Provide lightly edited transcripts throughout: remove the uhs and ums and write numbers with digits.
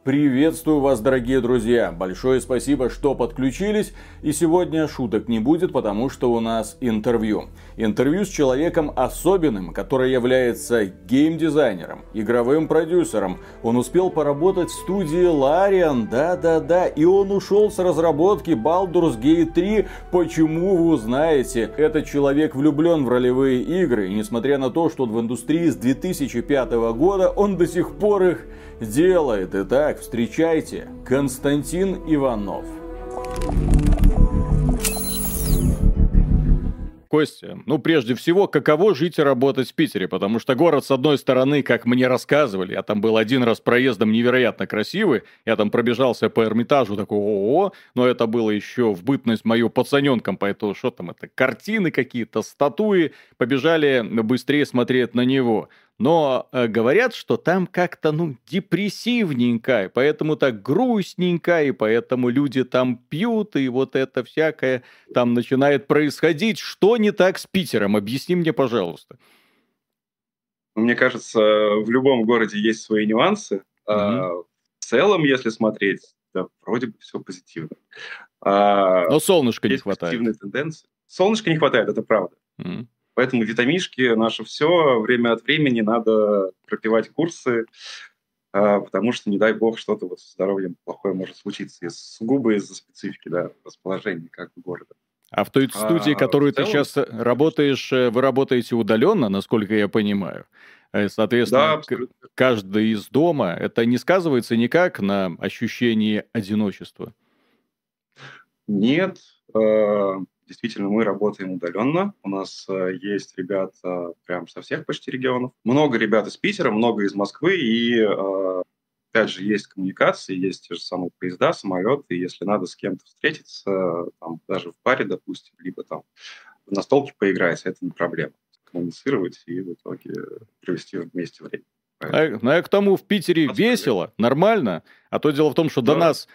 Приветствую вас, дорогие друзья! Большое спасибо, что подключились. И сегодня шуток не будет, потому что у нас интервью. Интервью с человеком особенным, который является геймдизайнером, игровым продюсером. Он успел поработать в студии Larian, да-да-да, и он ушел с разработки Baldur's Gate 3. Почему, вы узнаете? Этот человек влюблен в ролевые игры, и несмотря на то, что он в индустрии с 2005 года, он до сих пор их делает. Итак, встречайте, Константин Иванов. Костя, прежде всего, каково жить и работать в Питере? Потому что город, с одной стороны, как мне рассказывали, я там был один раз проездом невероятно красивый, я там пробежался по Эрмитажу, такой, ого, но это было еще в бытность мою пацаненком, поэтому что там это, картины какие-то, статуи, побежали быстрее смотреть на него. Но говорят, что там как-то, депрессивненько, и поэтому так грустненько, и поэтому люди там пьют, и вот это всякое там начинает происходить. Что не так с Питером? Объясни мне, пожалуйста. Мне кажется, в любом городе есть свои нюансы. В целом, если смотреть, да, вроде бы все позитивно. Но солнышка не Есть хватает. позитивные тенденции. Солнышка не хватает, это правда. Поэтому витамишки наше все. Время от времени надо пропивать курсы, потому что, не дай бог, что-то вот со здоровьем плохое может случиться. Сугубо из-за специфики, да, расположения как бы города. А в той студии, в которой ты сейчас работаешь, вы работаете удаленно, насколько я понимаю. Соответственно, Да, каждый из дома. Это не сказывается никак на ощущении одиночества? Нет, действительно, мы работаем удаленно. У нас есть ребята прям со всех почти регионов. Много ребят из Питера, много из Москвы. И, опять же, есть коммуникации, есть те же самые поезда, самолеты. И если надо с кем-то встретиться, там, даже в баре, допустим, либо там в настолке поиграть, это не проблема. Коммуницировать и в итоге провести вместе время. Я к тому, в Питере весело, нормально. А то дело в том, что до нас,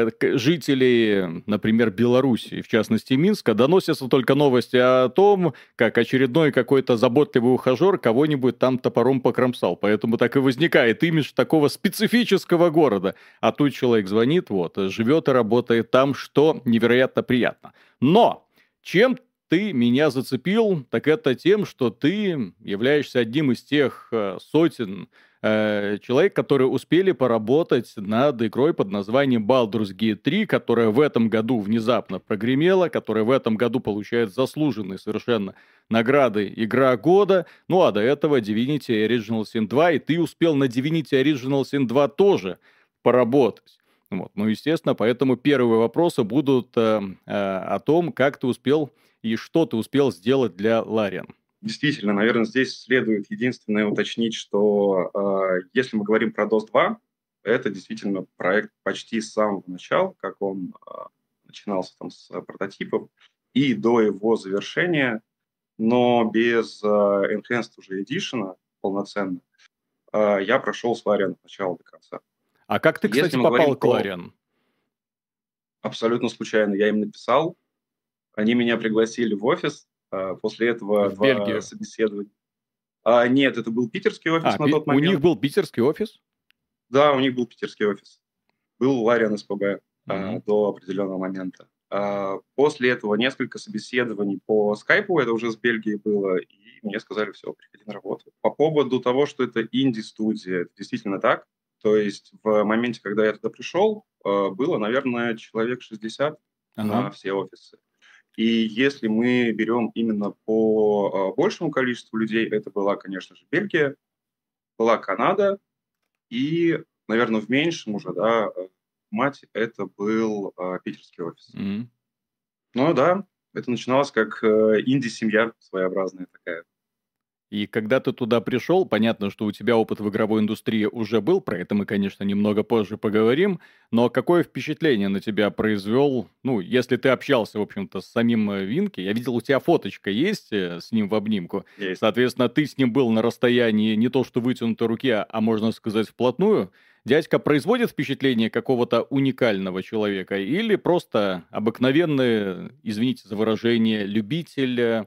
жителей, например, Беларуси, в частности Минска, доносятся только новости о том, как очередной какой-то заботливый ухажер кого-нибудь там топором покромсал. Поэтому так и возникает имидж такого специфического города. А тут человек звонит, живет и работает там, что невероятно приятно. Но чем ты меня зацепил, так это тем, что ты являешься одним из тех сотен человек, которые успели поработать над игрой под названием Baldur's Gate 3, которая в этом году внезапно прогремела, которая в этом году получает заслуженные совершенно награды «Игра года». Ну а до этого Divinity Original Sin 2, и ты успел на Divinity Original Sin 2 тоже поработать. Естественно, поэтому первые вопросы будут о том, как ты успел и что ты успел сделать для Larian. Действительно, наверное, здесь следует единственное уточнить, что если мы говорим про DOS 2, это действительно проект почти с самого начала, как он начинался там с прототипов, и до его завершения, но без Enhanced уже Edition полноценно, я прошел с Larian от начала до конца. А как ты, кстати, попал к Larian? Абсолютно случайно. Я им написал, они меня пригласили в офис, после этого в Бельгию? Собеседования. Нет, это был питерский офис на тот момент. У них был питерский офис? Да, у них был питерский офис. Был Larian СПБ до определенного момента. После этого несколько собеседований по скайпу, это уже с Бельгии было, и мне сказали, все, приходи на работу. По поводу того, что это инди-студия, это действительно так. То есть в моменте, когда я туда пришел, было, наверное, человек 60 на все офисы. И если мы берем именно по большему количеству людей, это была, конечно же, Бельгия, была Канада, и, наверное, в меньшем уже, мать, это был питерский офис. Ну да, это начиналось как инди-семья своеобразная такая. И когда ты туда пришел, понятно, что у тебя опыт в игровой индустрии уже был, про это мы, конечно, немного позже поговорим, но какое впечатление на тебя произвел, если ты общался, в общем-то, с самим Винки, я видел, у тебя фоточка есть с ним в обнимку, Есть. Соответственно, ты с ним был на расстоянии не то что вытянутой руки, а можно сказать вплотную. Дядька производит впечатление какого-то уникального человека или просто обыкновенный, извините за выражение, любитель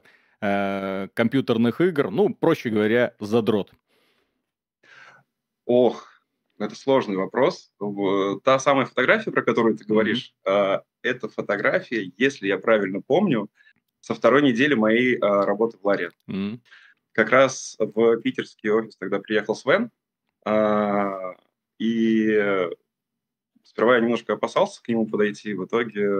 компьютерных игр, проще говоря, задрот? Ох, Это сложный вопрос. Та самая фотография, про которую ты говоришь, это фотография, если я правильно помню, со второй недели моей работы в Ларе. Как раз в питерский офис тогда приехал Свен, и сперва я немножко опасался к нему подойти, в итоге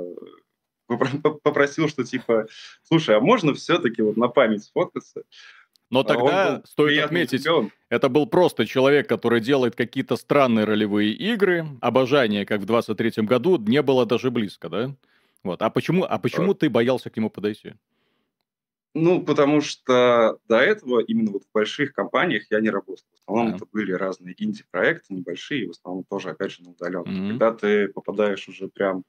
попросил, что типа, слушай, а можно все-таки вот на память сфоткаться? Но Он тогда, был стоит приятно отметить, удивлен. это был просто человек, который делает какие-то странные ролевые игры. Обожания, как в 23-м году, не было даже близко, да? Вот. А почему ты боялся к нему подойти? Ну, потому что до этого именно вот в больших компаниях я не работал. В основном Да. это были разные инди-проекты, небольшие, в основном тоже, опять же, на удаленке. Мгм. Когда ты попадаешь уже прям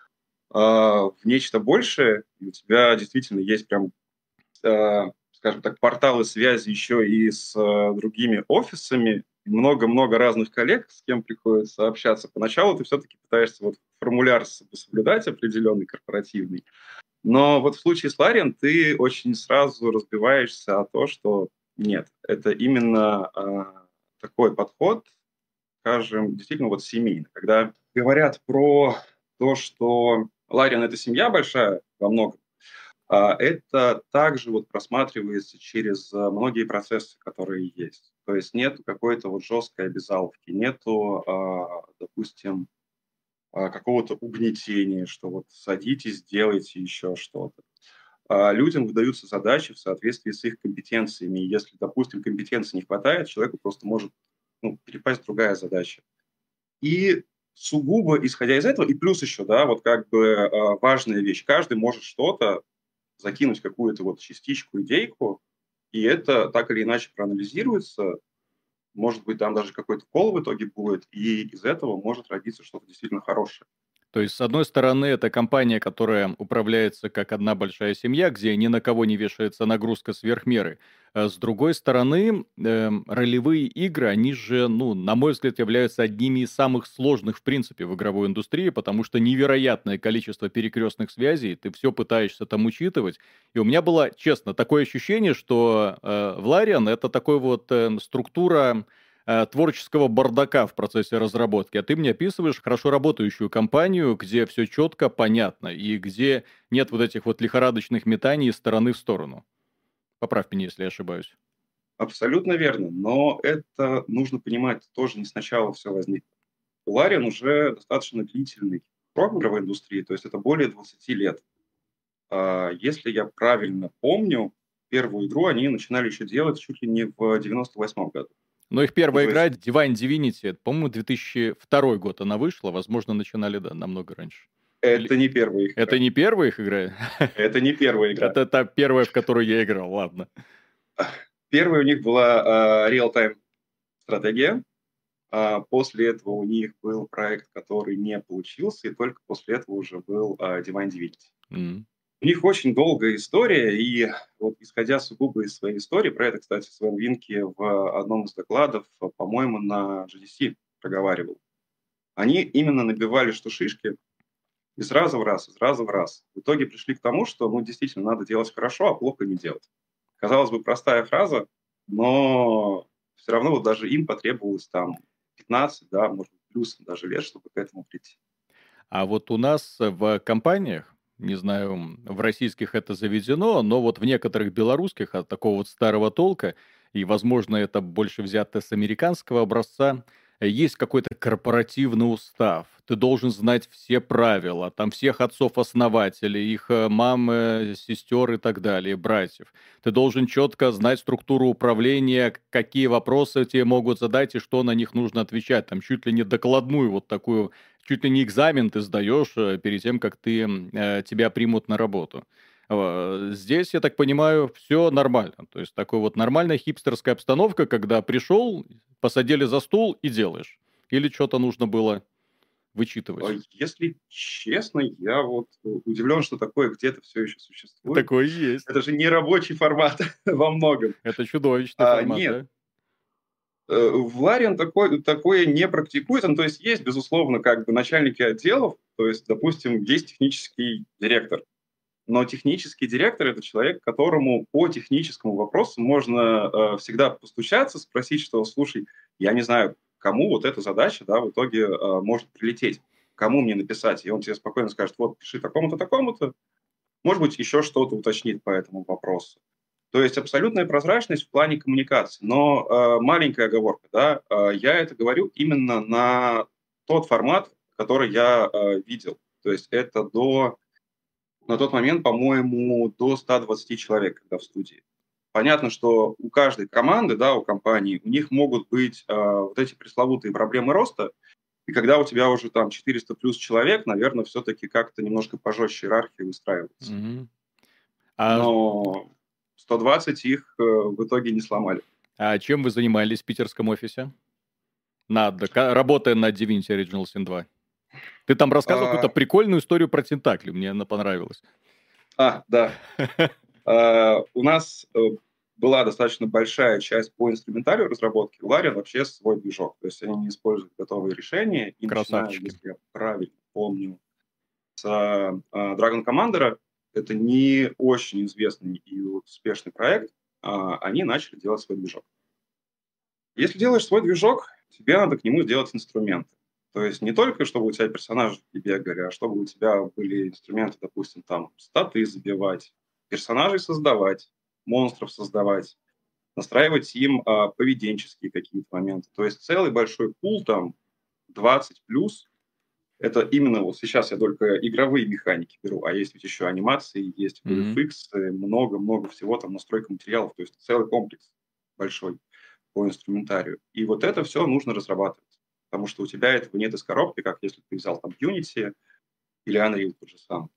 в нечто большее, и у тебя действительно есть прям, скажем так, порталы связи еще и с другими офисами, много-много разных коллег, с кем приходится общаться. Поначалу ты все-таки пытаешься вот формуляр соблюдать определенный, корпоративный. Но вот в случае с Лариан ты очень сразу разбиваешься о то, что нет, это именно такой подход, скажем, действительно вот семейный. Когда говорят про то, что Лариан – это семья большая во многом, это также вот просматривается через многие процессы, которые есть. То есть нету какой-то вот жесткой обязаловки, нету, допустим, какого-то угнетения, что вот садитесь, делайте еще что-то. Людям выдаются задачи в соответствии с их компетенциями. И если, допустим, компетенции не хватает, человеку просто может перепасть другая задача. И сугубо исходя из этого, и плюс еще, да, вот как бы важная вещь, каждый может что-то закинуть, какую-то вот частичку, идейку, и это так или иначе проанализируется, может быть, там даже какой-то кол в итоге будет, и из этого может родиться что-то действительно хорошее. То есть, с одной стороны, это компания, которая управляется как одна большая семья, где ни на кого не вешается нагрузка сверх меры. А с другой стороны, ролевые игры, они же, ну, на мой взгляд, являются одними из самых сложных, в принципе, в игровой индустрии, потому что невероятное количество перекрестных связей, ты все пытаешься там учитывать. И у меня было, честно, такое ощущение, что в Лариан это такой вот структура творческого бардака в процессе разработки, а ты мне описываешь хорошо работающую компанию, где все четко, понятно, и где нет вот этих вот лихорадочных метаний из стороны в сторону. Поправь меня, если я ошибаюсь. Абсолютно верно, но это нужно понимать, тоже не сначала все возникло. У Лариан уже достаточно длительный срок в игровой индустрии, то есть это более 20 лет. Если я правильно помню, первую игру они начинали еще делать чуть ли не в 98 году. Но их Ну, первая то игра есть Divine Divinity, это, по-моему, 2002 год она вышла, возможно, начинали, да, намного раньше. Или это не первая их это игра. не первая их игра? Это не первая игра. Это та первая, в которую я играл, ладно. Первая у них была real-time стратегия. После этого у них был проект, который не получился, и только после этого уже был Divine Divinity. М. У них очень долгая история, и вот исходя сугубо из своей истории, про это, кстати, Свен Винки в одном из докладов, по-моему, на GDC проговаривал, они именно набивали что шишки из раза в раз, из раза в раз. В итоге пришли к тому, что ну, действительно надо делать хорошо, а плохо не делать. Казалось бы, простая фраза, но все равно вот даже им потребовалось там 15, да, может быть, плюс даже лет, чтобы к этому прийти. А вот у нас в компаниях, не знаю, в российских это заведено, но вот в некоторых белорусских от такого вот старого толка, и, возможно, это больше взято с американского образца, есть какой-то корпоративный устав. Ты должен знать все правила, там всех отцов-основателей, их мам, сестер и так далее, братьев. Ты должен четко знать структуру управления, какие вопросы тебе могут задать и что на них нужно отвечать. Там чуть ли не докладную вот такую, чуть ли не экзамен ты сдаешь перед тем, как тебя примут на работу. Здесь, я так понимаю, все нормально. То есть такой вот нормальная хипстерская обстановка, когда пришел, посадили за стол и делаешь. Или что-то нужно было вычитывать. Если честно, я вот удивлен, что такое где-то все еще существует. Такое есть. Это же не рабочий формат во многом. Это чудовищный формат, Нет, да? в Лариан такое не практикуется. Ну, то есть есть, безусловно, как бы начальники отделов, то есть, допустим, есть технический директор. Но технический директор – это человек, которому по техническому вопросу можно всегда постучаться, спросить, что, слушай, я не знаю, кому вот эта задача, да, в итоге может прилететь, кому мне написать. И он тебе спокойно скажет, вот, пиши такому-то, такому-то, может быть, еще что-то уточнит по этому вопросу. То есть абсолютная прозрачность в плане коммуникации. Но маленькая оговорка, да, я это говорю именно на тот формат, который я видел. То есть это на тот момент, по-моему, до 120 человек, когда в студии. Понятно, что у каждой команды, да, у компании, у них могут быть вот эти пресловутые проблемы роста, и когда у тебя уже там 400 плюс человек, наверное, все-таки как-то немножко пожестче иерархия выстраивается. Мгм. А, Но 120 их в итоге не сломали. а чем вы занимались в питерском офисе? Работая над Divinity Original Sin 2. Ты там рассказывал какую-то А, прикольную историю про Тентакли, мне она понравилась. да. У нас была достаточно большая часть по инструментарию разработки. У Larian вообще свой движок. То есть они не используют готовые решения. И начиная, Красавчики. если я правильно помню, с Dragon Commander, это не очень известный и успешный проект, они начали делать свой движок. Если делаешь свой движок, тебе надо к нему сделать инструменты. То есть не только, чтобы у тебя персонажи бегали, а чтобы у тебя были инструменты, допустим, там статы забивать, персонажей создавать, монстров создавать, настраивать им поведенческие какие-то моменты. То есть целый большой пул, там, 20 плюс, это именно вот сейчас я только игровые механики беру, а есть ведь еще анимации, есть Мгм. VFX, много-много всего, там настройка материалов, то есть целый комплекс большой по инструментарию. И вот это все нужно разрабатывать, потому что у тебя этого нет из коробки, как если ты взял там Unity или Unreal тот же самый.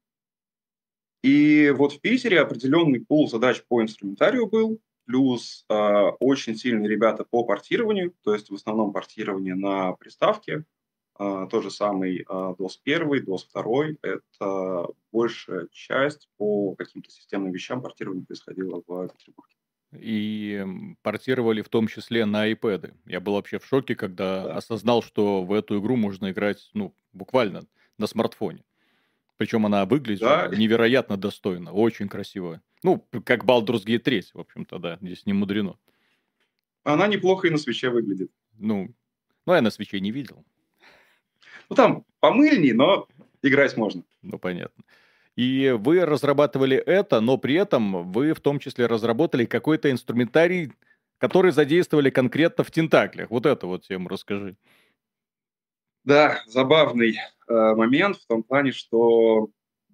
И вот в Питере определенный пул задач по инструментарию был, плюс очень сильные ребята по портированию, то есть в основном портирование на приставке, тот же самый DOS 1, DOS 2, это большая часть по каким-то системным вещам портирования происходило в Петербурге. И портировали в том числе на iPad. Я был вообще в шоке, когда Да. осознал, что в эту игру можно играть, ну, буквально на смартфоне. Причем она выглядела Да, невероятно достойно, очень красиво. Ну, как Baldur's Gate 3, в общем-то, да, здесь не мудрено. она неплохо и на свече выглядит. Ну, я на свече не видел, Ну, там помыльней, но играть можно. ну, понятно. И вы разрабатывали это, но при этом вы в том числе разработали какой-то инструментарий, который задействовали конкретно в Тентаклях. Вот эту вот тему расскажи. Да, забавный момент в том плане, что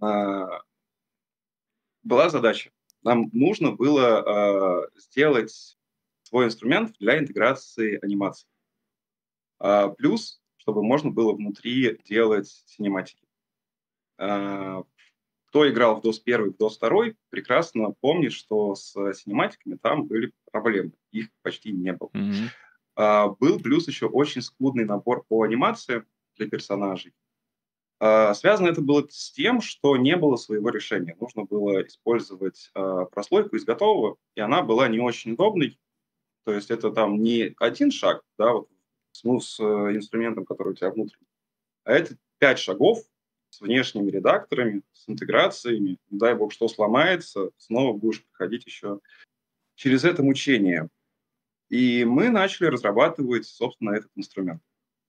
была задача. Нам нужно было сделать свой инструмент для интеграции анимаций. Плюс, чтобы можно было внутри делать синематики. А, Кто играл в DOS 1, в DOS 2, прекрасно помнит, что с синематиками там были проблемы. Их почти не было. Мгм. Был плюс еще очень скудный набор по анимации для персонажей. Связано это было с тем, что не было своего решения. Нужно было использовать прослойку из готового, и она была не очень удобной. То есть это там не один шаг, да, вот с инструментом, который у тебя внутренний, а это 5 шагов с внешними редакторами, с интеграциями. Не дай бог, что сломается, снова будешь проходить еще через это мучение. И мы начали разрабатывать, собственно, этот инструмент.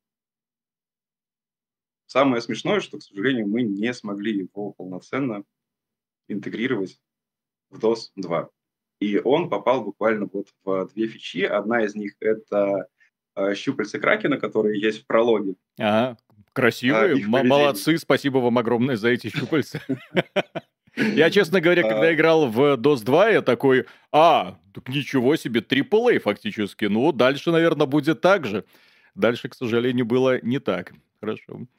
Самое смешное, что, к сожалению, мы не смогли его полноценно интегрировать в DOS 2. И он попал буквально вот в две фичи. Одна из них – это щупальца Кракена, которые есть в прологе, Ага, красивые, их поведение. молодцы, спасибо вам огромное за эти щупальца. Я, честно говоря, когда А, играл в DOS 2, я такой, так ничего себе, AAA фактически. Ну, дальше, наверное, будет так же. Дальше, к сожалению, было не так. Хорошо.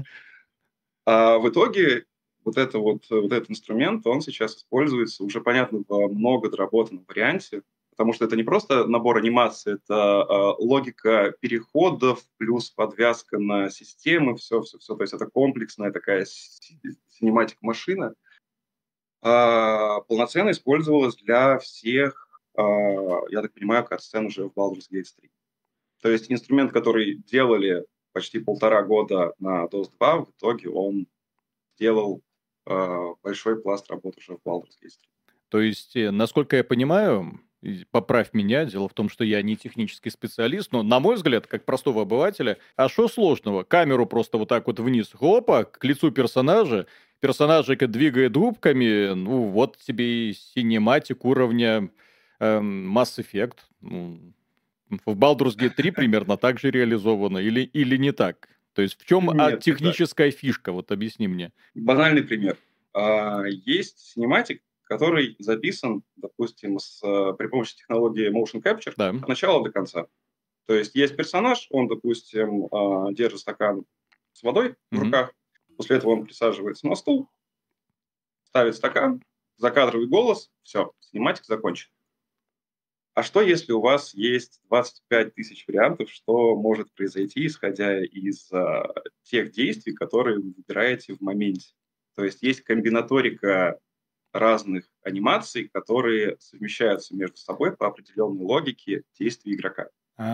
В итоге вот этот инструмент, он сейчас используется уже, понятно, в много доработанном варианте, потому что это не просто набор анимаций, это логика переходов плюс подвязка на системы, все. То есть это комплексная такая синематик-машина. Полноценно использовалась для всех, я так понимаю, кат-сцен уже в Baldur's Gate 3. То есть инструмент, который делали почти 1,5 года на DOS 2, в итоге он сделал большой пласт работы уже в Baldur's Gate 3. То есть, насколько я понимаю, поправь меня. Дело в том, что я не технический специалист, но, на мой взгляд, как простого обывателя, а что сложного? Камеру просто вот так вот вниз, хопа, к лицу персонажа, персонажик двигает губками, ну, вот тебе и синематик уровня Mass Effect. Ну, в Baldur's Gate 3 примерно так же реализовано, или не так? То есть в чем Нет, не так. техническая фишка? Вот объясни мне. Банальный пример. Есть синематик, который записан, допустим, при помощи технологии Motion Capture Да. от начала до конца. То есть персонаж, он, допустим, держит стакан с водой в Мгм. руках, после этого он присаживается на стул, ставит стакан, закадровый голос, все, синематик закончен. А что, если у вас есть 25 тысяч вариантов, что может произойти, исходя из тех действий, которые вы выбираете в моменте? То есть комбинаторика разных анимаций, которые совмещаются между собой по определенной логике действий игрока.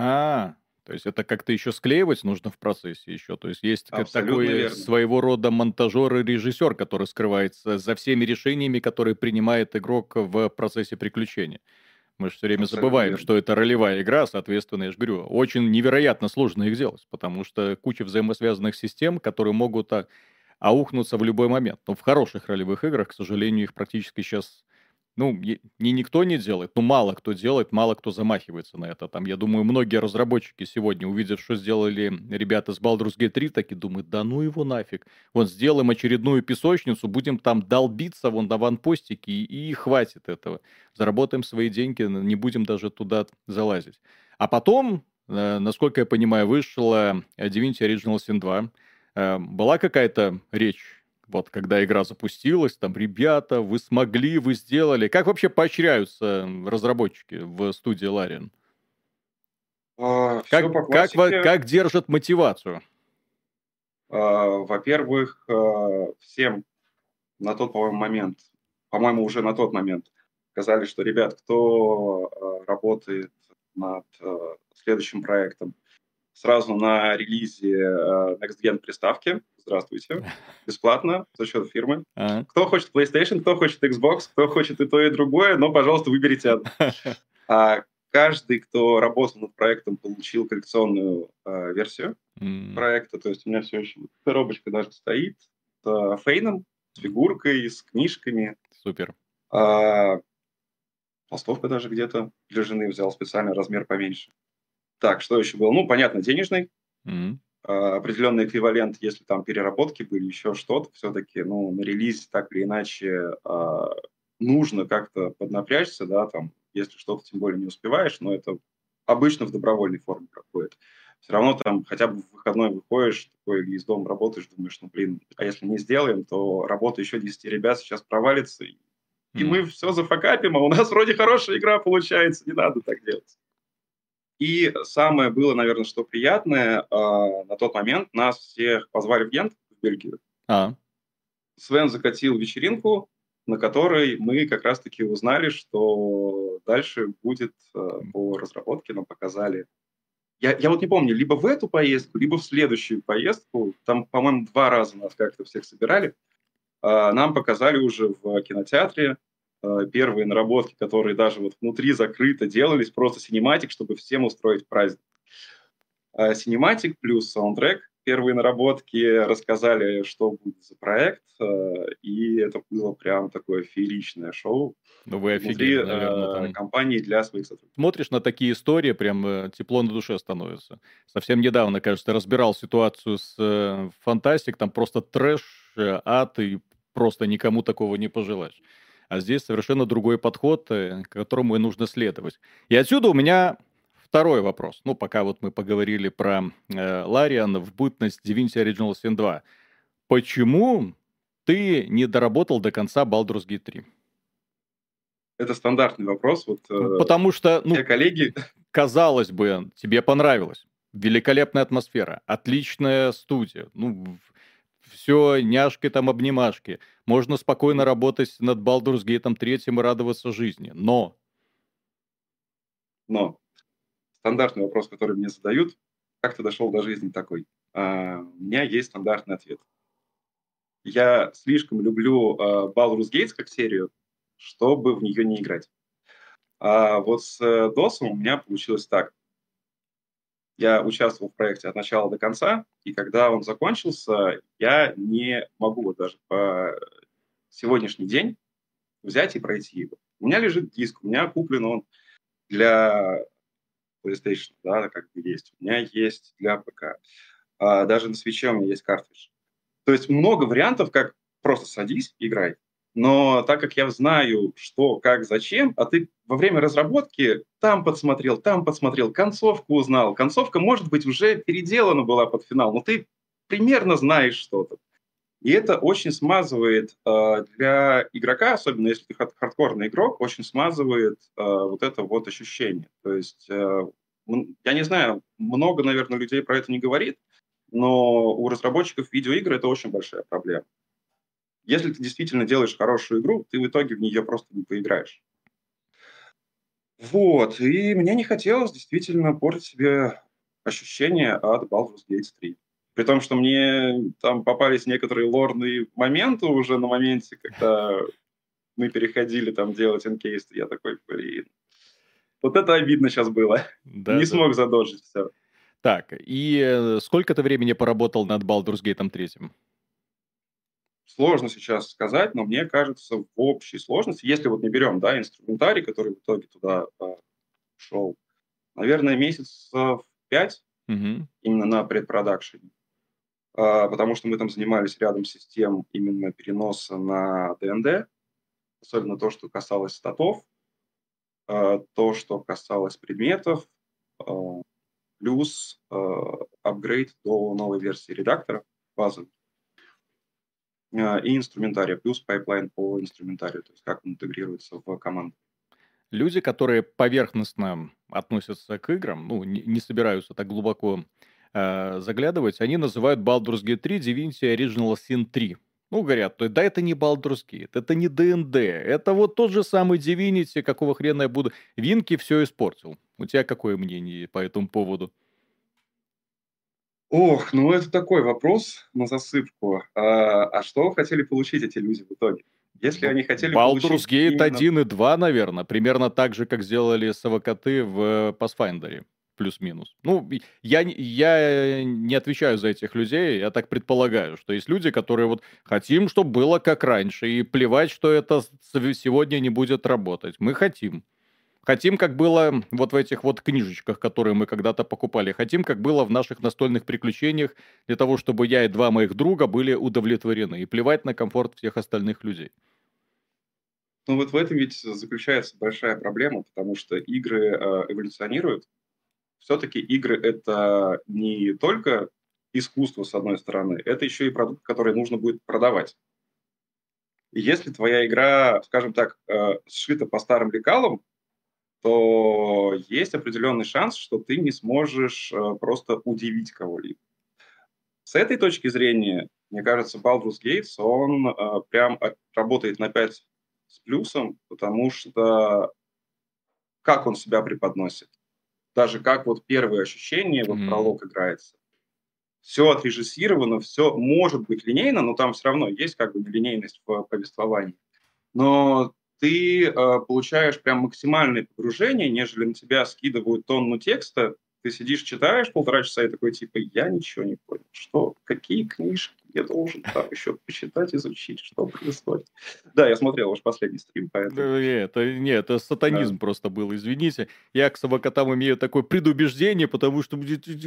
То есть это как-то еще склеивать нужно в процессе еще. То есть есть Абсолютно такой верно. своего рода монтажер и режиссер, который скрывается за всеми решениями, которые принимает игрок в процессе приключения. Мы же все время Абсолютно забываем, верно. что это ролевая игра, соответственно, я же говорю, очень невероятно сложно их делать, потому что куча взаимосвязанных систем, которые могут аухнуться в любой момент. Но в хороших ролевых играх, к сожалению, их практически сейчас, ну, не никто не делает, ну, мало кто делает, мало кто замахивается на это. Там, я думаю, многие разработчики сегодня, увидев, что сделали ребята с Baldur's Gate 3, так и думают, да ну его нафиг. Вот сделаем очередную песочницу, будем там долбиться вон на ванпостике, и хватит этого. Заработаем свои деньги, не будем даже туда залазить. А потом, насколько я понимаю, вышла Divinity Original Sin 2. Была какая-то речь, вот когда игра запустилась, там, ребята, вы смогли, вы сделали. Как вообще поощряются разработчики в студии Larian? Все по классике. Как держат мотивацию? Во-первых, всем на тот, по-моему, уже на тот момент сказали, что, ребят, кто работает над следующим проектом, сразу на релизе Next Gen приставки, здравствуйте, бесплатно за счет фирмы. А? Кто хочет PlayStation, кто хочет Xbox, кто хочет и то, и другое, но, пожалуйста, выберите одно. А каждый, кто работал над проектом, получил коллекционную версию проекта. То есть у меня все еще коробочка даже стоит с Фейном, с фигуркой, с книжками. Супер. Толстовка даже где-то для жены взял специальный размер поменьше. Так, что еще было? Ну, понятно, денежный. Мгм. Определенный эквивалент, если там переработки были, еще что-то, все-таки, ну, на релизе так или иначе нужно как-то поднапрячься, да, там, если что-то тем более не успеваешь, но это обычно в добровольной форме проходит. Все равно там хотя бы в выходной выходишь, такой, или из дома работаешь, думаешь, ну, блин, а если не сделаем, то работа еще 10 ребят сейчас провалится, и мы все зафакапим, а у нас вроде хорошая игра получается, не надо так делать. И самое было, наверное, что приятное, на тот момент нас всех позвали в Гент, в Бельгию. А. Свен закатил вечеринку, на которой мы как раз-таки узнали, что дальше будет по разработке. Нам показали. Я вот не помню, либо в эту поездку, либо в следующую поездку. Там, по-моему, 2 раза нас как-то всех собирали. Нам показали уже в кинотеатре первые наработки, которые даже вот внутри закрыто делались, просто синематик, чтобы всем устроить праздник. Синематик плюс саундтрек, первые наработки, рассказали, что будет за проект, и это было прям такое фееричное шоу Ну вы внутри офигели, наверное, там. компании для своих сотрудников. Смотришь на такие истории, прям тепло на душе становится. Совсем недавно, кажется, разбирал ситуацию с Фантастик, там просто трэш, ад, и просто никому такого не пожелаешь. А здесь совершенно другой подход, которому и нужно следовать. И отсюда у меня второй вопрос. Ну, пока вот мы поговорили про Лариан в бытность Divinity Original Sin 2. Почему ты не доработал до конца Baldur's Gate 3? Это стандартный вопрос. Вот Потому что, все ну, коллеги... казалось бы, тебе понравилось. Великолепная атмосфера, отличная студия. Ну, все няшки там обнимашки. Можно спокойно работать над Baldur's Gate 3 и радоваться жизни. Но Но стандартный вопрос, который мне задают, как ты дошел до жизни такой? У меня есть стандартный ответ. Я слишком люблю Baldur's Gate как серию, чтобы в нее не играть. А вот с DOS у меня получилось так. Я участвовал в проекте от начала до конца, и когда он закончился, я не могу вот даже по сегодняшний день взять и пройти его. У меня лежит диск, у меня куплен он для PlayStation, да, как бы есть. У меня есть для ПК. Даже на свитче у меня есть картридж. То есть много вариантов, как просто садись, играй. Но так как я знаю, что, как, зачем, а ты во время разработки там подсмотрел, концовку узнал. Концовка, может быть, уже переделана была под финал, но ты примерно знаешь что-то. И это очень смазывает для игрока, особенно если ты хардкорный игрок, очень смазывает вот это вот ощущение. То есть, я не знаю, много, наверное, людей про это не говорит, но у разработчиков видеоигр это очень большая проблема. Если ты действительно делаешь хорошую игру, ты в итоге в нее просто не поиграешь. Вот, и мне не хотелось действительно портить себе ощущения от Baldur's Gate 3. При том, что мне там попались некоторые лорные моменты уже на моменте, когда мы переходили там делать энкейс, я такой, блин, вот это обидно сейчас было. Не Да-да. смог задоджить все. Так, и сколько ты времени поработал над Baldur's Gate 3? Сложно сейчас сказать, но мне кажется, в общей сложности, если вот не берем, да, инструментарий, который в итоге туда шел, наверное, месяцев 5 Мгм. именно на предпродакшене. Потому что мы там занимались рядом систем именно переноса на ДНД, особенно то, что касалось статов, то, что касалось предметов, а, плюс апгрейд до новой версии редактора базы и инструментария, плюс пайплайн по инструментарию, то есть как он интегрируется в команду. Люди, которые поверхностно относятся к играм, ну, не собираются так глубоко заглядывать, они называют Baldur's Gate 3 Divinity Original Sin 3. Ну, говорят, да это не Baldur's Gate, это не D&D, это вот тот же самый Divinity, какого хрена я буду... Винки все испортил. У тебя какое мнение по этому поводу? Ох, ну это такой вопрос на засыпку. А что хотели получить эти люди в итоге? Если они хотели Baldur's получить Gate именно... 1 и 2, наверное, примерно так же, как сделали с АВКТ в Pathfinder. Плюс-минус. Ну, я не отвечаю за этих людей, я так предполагаю, что есть люди, которые вот хотим, чтобы было как раньше, и плевать, что это сегодня не будет работать. Мы хотим. Хотим, как было вот в этих вот книжечках, которые мы когда-то покупали. Хотим, как было в наших настольных приключениях, для того, чтобы я и два моих друга были удовлетворены. И плевать на комфорт всех остальных людей. Ну вот в этом ведь заключается большая проблема, потому что игры эволюционируют. Все-таки игры это не только искусство, с одной стороны, это еще и продукт, который нужно будет продавать. И если твоя игра, скажем так, сшита по старым лекалам, то есть определенный шанс, что ты не сможешь просто удивить кого-либо. С этой точки зрения, мне кажется, Baldur's Gate, он прям работает на 5 с плюсом, потому что как он себя преподносит, даже как вот первые ощущения, вот М. пролог играется. Все отрежиссировано, все может быть линейно, но там все равно есть как бы нелинейность в повествовании. Но ты получаешь прям максимальное погружение, нежели на тебя скидывают тонну текста. Ты сидишь, читаешь 1,5 часа и такой, типа, я ничего не понял. Что? Какие книжки я должен там еще почитать, изучить? Что происходит? Да, я смотрел ваш последний стрим, поэтому... Да, нет, это Да. сатанизм просто был, извините. Я к собакотам имею такое предубеждение, потому что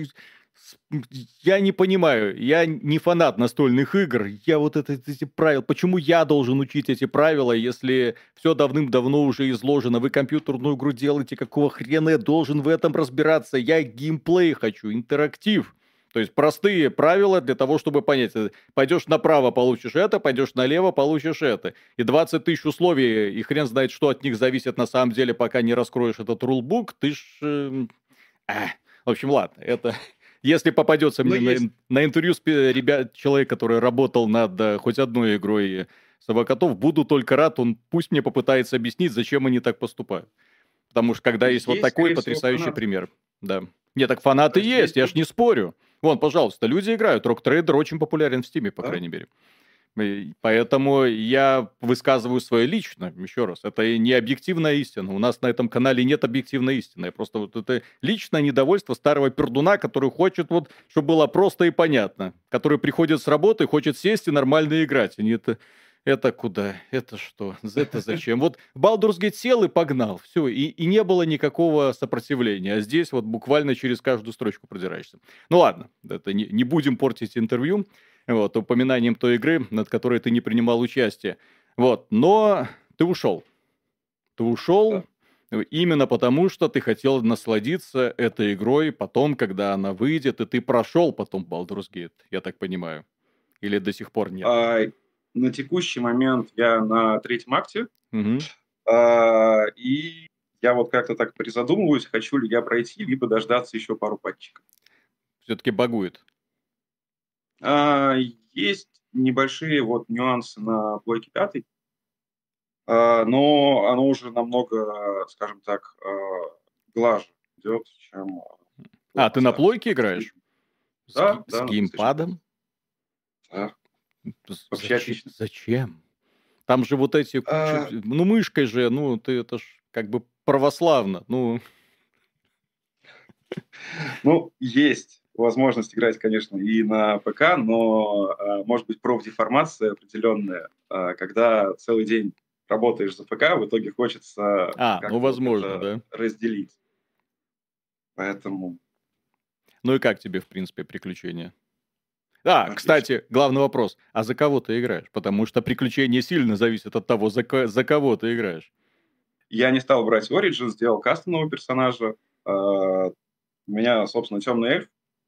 я не понимаю, я не фанат настольных игр, я вот эти правила, почему я должен учить эти правила, если все давным-давно уже изложено, вы компьютерную игру делаете, какого хрена я должен в этом разбираться, я геймплей хочу, интерактив. То есть простые правила для того, чтобы понять, пойдешь направо, получишь это, пойдешь налево, получишь это. И 20 тысяч условий, и хрен знает, что от них зависит на самом деле, пока не раскроешь этот рулбук, ты ж... В общем, ладно, это... Если попадется Но мне есть... на интервью ребят, человек, который работал над хоть одной игрой Собакотов, буду только рад, он пусть мне попытается объяснить, зачем они так поступают. Потому что когда есть вот Есть, такой скорее всего, потрясающий фанаты. пример, да. Нет, так То фанаты есть есть, есть я ж люди, не спорю. Вон, пожалуйста, люди играют. Рок Трейдер очень популярен в Стиме, по да? крайней мере. Поэтому я высказываю свое лично, еще раз, это и не объективная истина. У нас на этом канале нет объективной истины. Просто вот это личное недовольство старого пердуна, который хочет вот, чтобы было просто и понятно. Который приходит с работы, хочет сесть и нормально играть. А не это куда? Это что? Это зачем? Вот Baldur's Gate сел и погнал. Все, и не было никакого сопротивления. А здесь вот буквально через каждую строчку продираешься. Ну ладно, это не будем портить интервью. Вот, упоминанием той игры, над которой ты не принимал участие. Вот, но ты ушел. Ты ушел именно потому, что ты хотел насладиться этой игрой потом, когда она выйдет, и ты прошел потом Baldur's Gate, я так понимаю. Или до сих пор нет? На текущий момент я на 3-м акте, Угу. и я вот как-то так призадумываюсь, хочу ли я пройти, либо дождаться еще пару патчиков. Все-таки багует. Есть небольшие вот нюансы на плойке 5, но оно уже намного, скажем так, глаже идет, чем А, ты плойка на старшая. плойке играешь? Да, С да, на PlayStation 5. геймпадом? Да, вообще Зачем? отлично. Зачем? Там же вот эти куча... А, Ну, мышкой же, ну, ты это ж как бы православно. Ну, Ну, есть возможность играть, конечно, и на ПК, но может быть профдеформация определенная, когда целый день работаешь за ПК, в итоге хочется ну, как-то вот возможно, это да. разделить. Поэтому Ну и как тебе, в принципе, приключения? А, отлично. кстати, главный вопрос. А за кого ты играешь? Потому что приключения сильно зависят от того, за кого ты играешь. Я не стал брать Origin, сделал кастомного персонажа. У меня, собственно, темный эльф,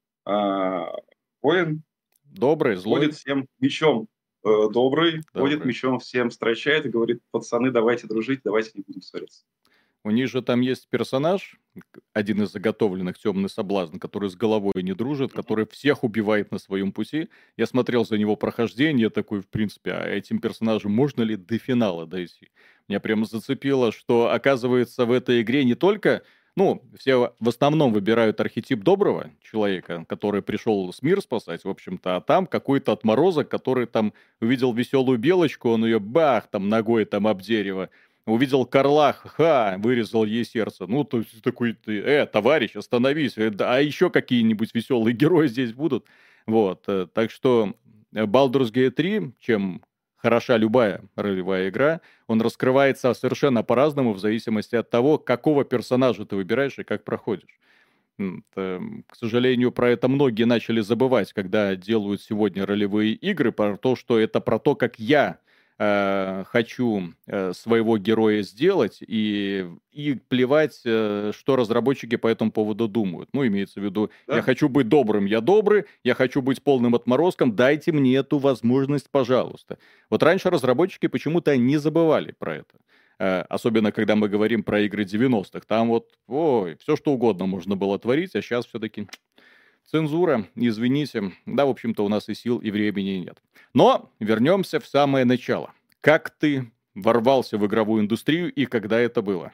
воин, Добрый, ходит злой? всем мечом, добрый, ходит Добрый. мечом, всем стращает и говорит: пацаны, давайте дружить, давайте не будем ссориться. У них же там есть персонаж, один из заготовленных, Темный Соблазн, который с головой не дружит, Мгм. который всех убивает на своем пути. Я смотрел за него прохождение, такой, в принципе, а этим персонажем можно ли до финала дойти? Меня прямо зацепило, что, оказывается, в этой игре не только... Ну, все в основном выбирают архетип доброго человека, который пришел с мир спасать, в общем-то, а там какой-то отморозок, который там увидел веселую белочку, он ее бах, там ногой там об дерево, увидел Карлах, вырезал ей сердце. Ну, то есть такой, ты, товарищ, остановись. А еще какие-нибудь веселые герои здесь будут. Вот, так что Baldur's Gate 3, чем хороша любая ролевая игра, он раскрывается совершенно по-разному в зависимости от того, какого персонажа ты выбираешь и как проходишь. К сожалению, про это многие начали забывать, когда делают сегодня ролевые игры, про то, что это про то, как я хочу своего героя сделать, и плевать, что разработчики по этому поводу думают. Ну, имеется в виду, я Да? хочу быть добрым, я добрый, я хочу быть полным отморозком, дайте мне эту возможность, пожалуйста. Вот раньше разработчики почему-то не забывали про это. Особенно, когда мы говорим про игры 90-х. Там вот, ой, все что угодно можно было творить, а сейчас все-таки цензура, извините. Да, в общем-то, у нас и сил, и времени нет. Но вернемся в самое начало. Как ты ворвался в игровую индустрию и когда это было?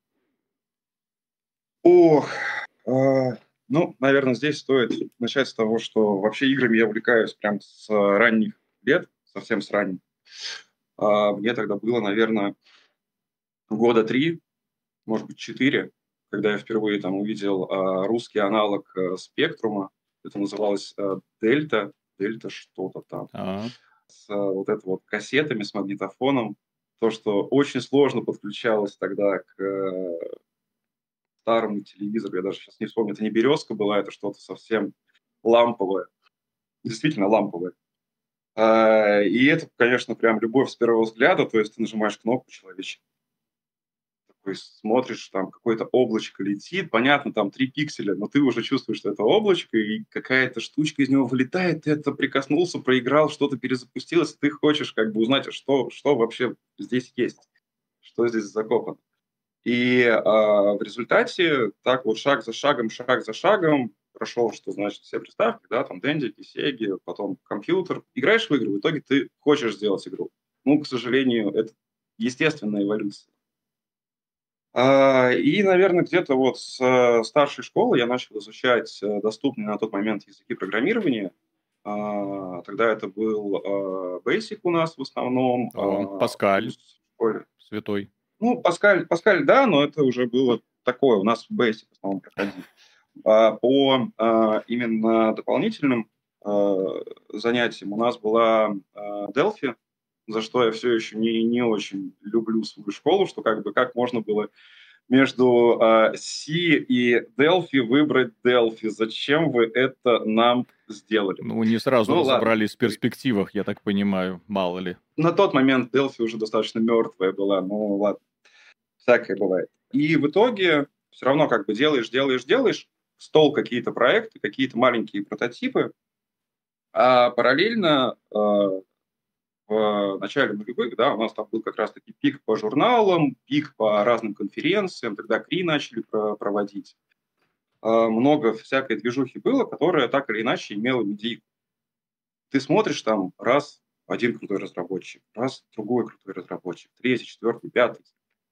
Ох, ну, наверное, здесь стоит начать с того, что вообще играми я увлекаюсь прям с ранних лет, совсем с ранних. Мне тогда было, наверное, года 3, может быть, 4, когда я впервые там увидел русский аналог Спектрума. Это называлось Дельта что-то там. А, С вот это вот кассетами, с магнитофоном. То, что очень сложно подключалось тогда к старому телевизору. Я даже сейчас не вспомню, это не березка была, это что-то совсем ламповое. Действительно ламповое. И это, конечно, прям любовь с первого взгляда. То есть ты нажимаешь кнопку, человечек такой смотришь, там какое-то облачко летит, понятно, там 3 пикселя, но ты уже чувствуешь, что это облачко, и какая-то штучка из него вылетает, ты это прикоснулся, проиграл, что-то перезапустилось, и ты хочешь как бы узнать, что вообще здесь есть, что здесь закопано. И в результате так вот шаг за шагом прошел, что значит все приставки, да, там дендики, сеги, потом компьютер. Играешь в игры, в итоге ты хочешь сделать игру. Ну, к сожалению, это естественная эволюция. И, наверное, где-то вот с старшей школы я начал изучать доступные на тот момент языки программирования. Тогда это был Basic у нас в основном, О, Паскаль, плюс в школе. святой. Ну, Паскаль, да, но это уже было такое, у нас в Basic в основном проходил. По именно дополнительным занятиям у нас была Delphi, за что я все еще не очень люблю свою школу, что как можно было между C и Delphi выбрать Delphi. Зачем вы это нам сделали? Ну, не сразу Ну, ладно. разобрались в перспективах, я так понимаю, мало ли. На тот момент Delphi уже достаточно мертвая была, ну ладно, всякое бывает. И в итоге все равно делаешь, стол какие-то проекты, какие-то маленькие прототипы, а параллельно в начале нулевых, да, у нас там был как раз-таки пик по журналам, пик по разным конференциям, тогда КРИ начали проводить. Много всякой движухи было, которая так или иначе имела медийку. Ты смотришь там раз один крутой разработчик, раз другой крутой разработчик, третий, четвертый, пятый.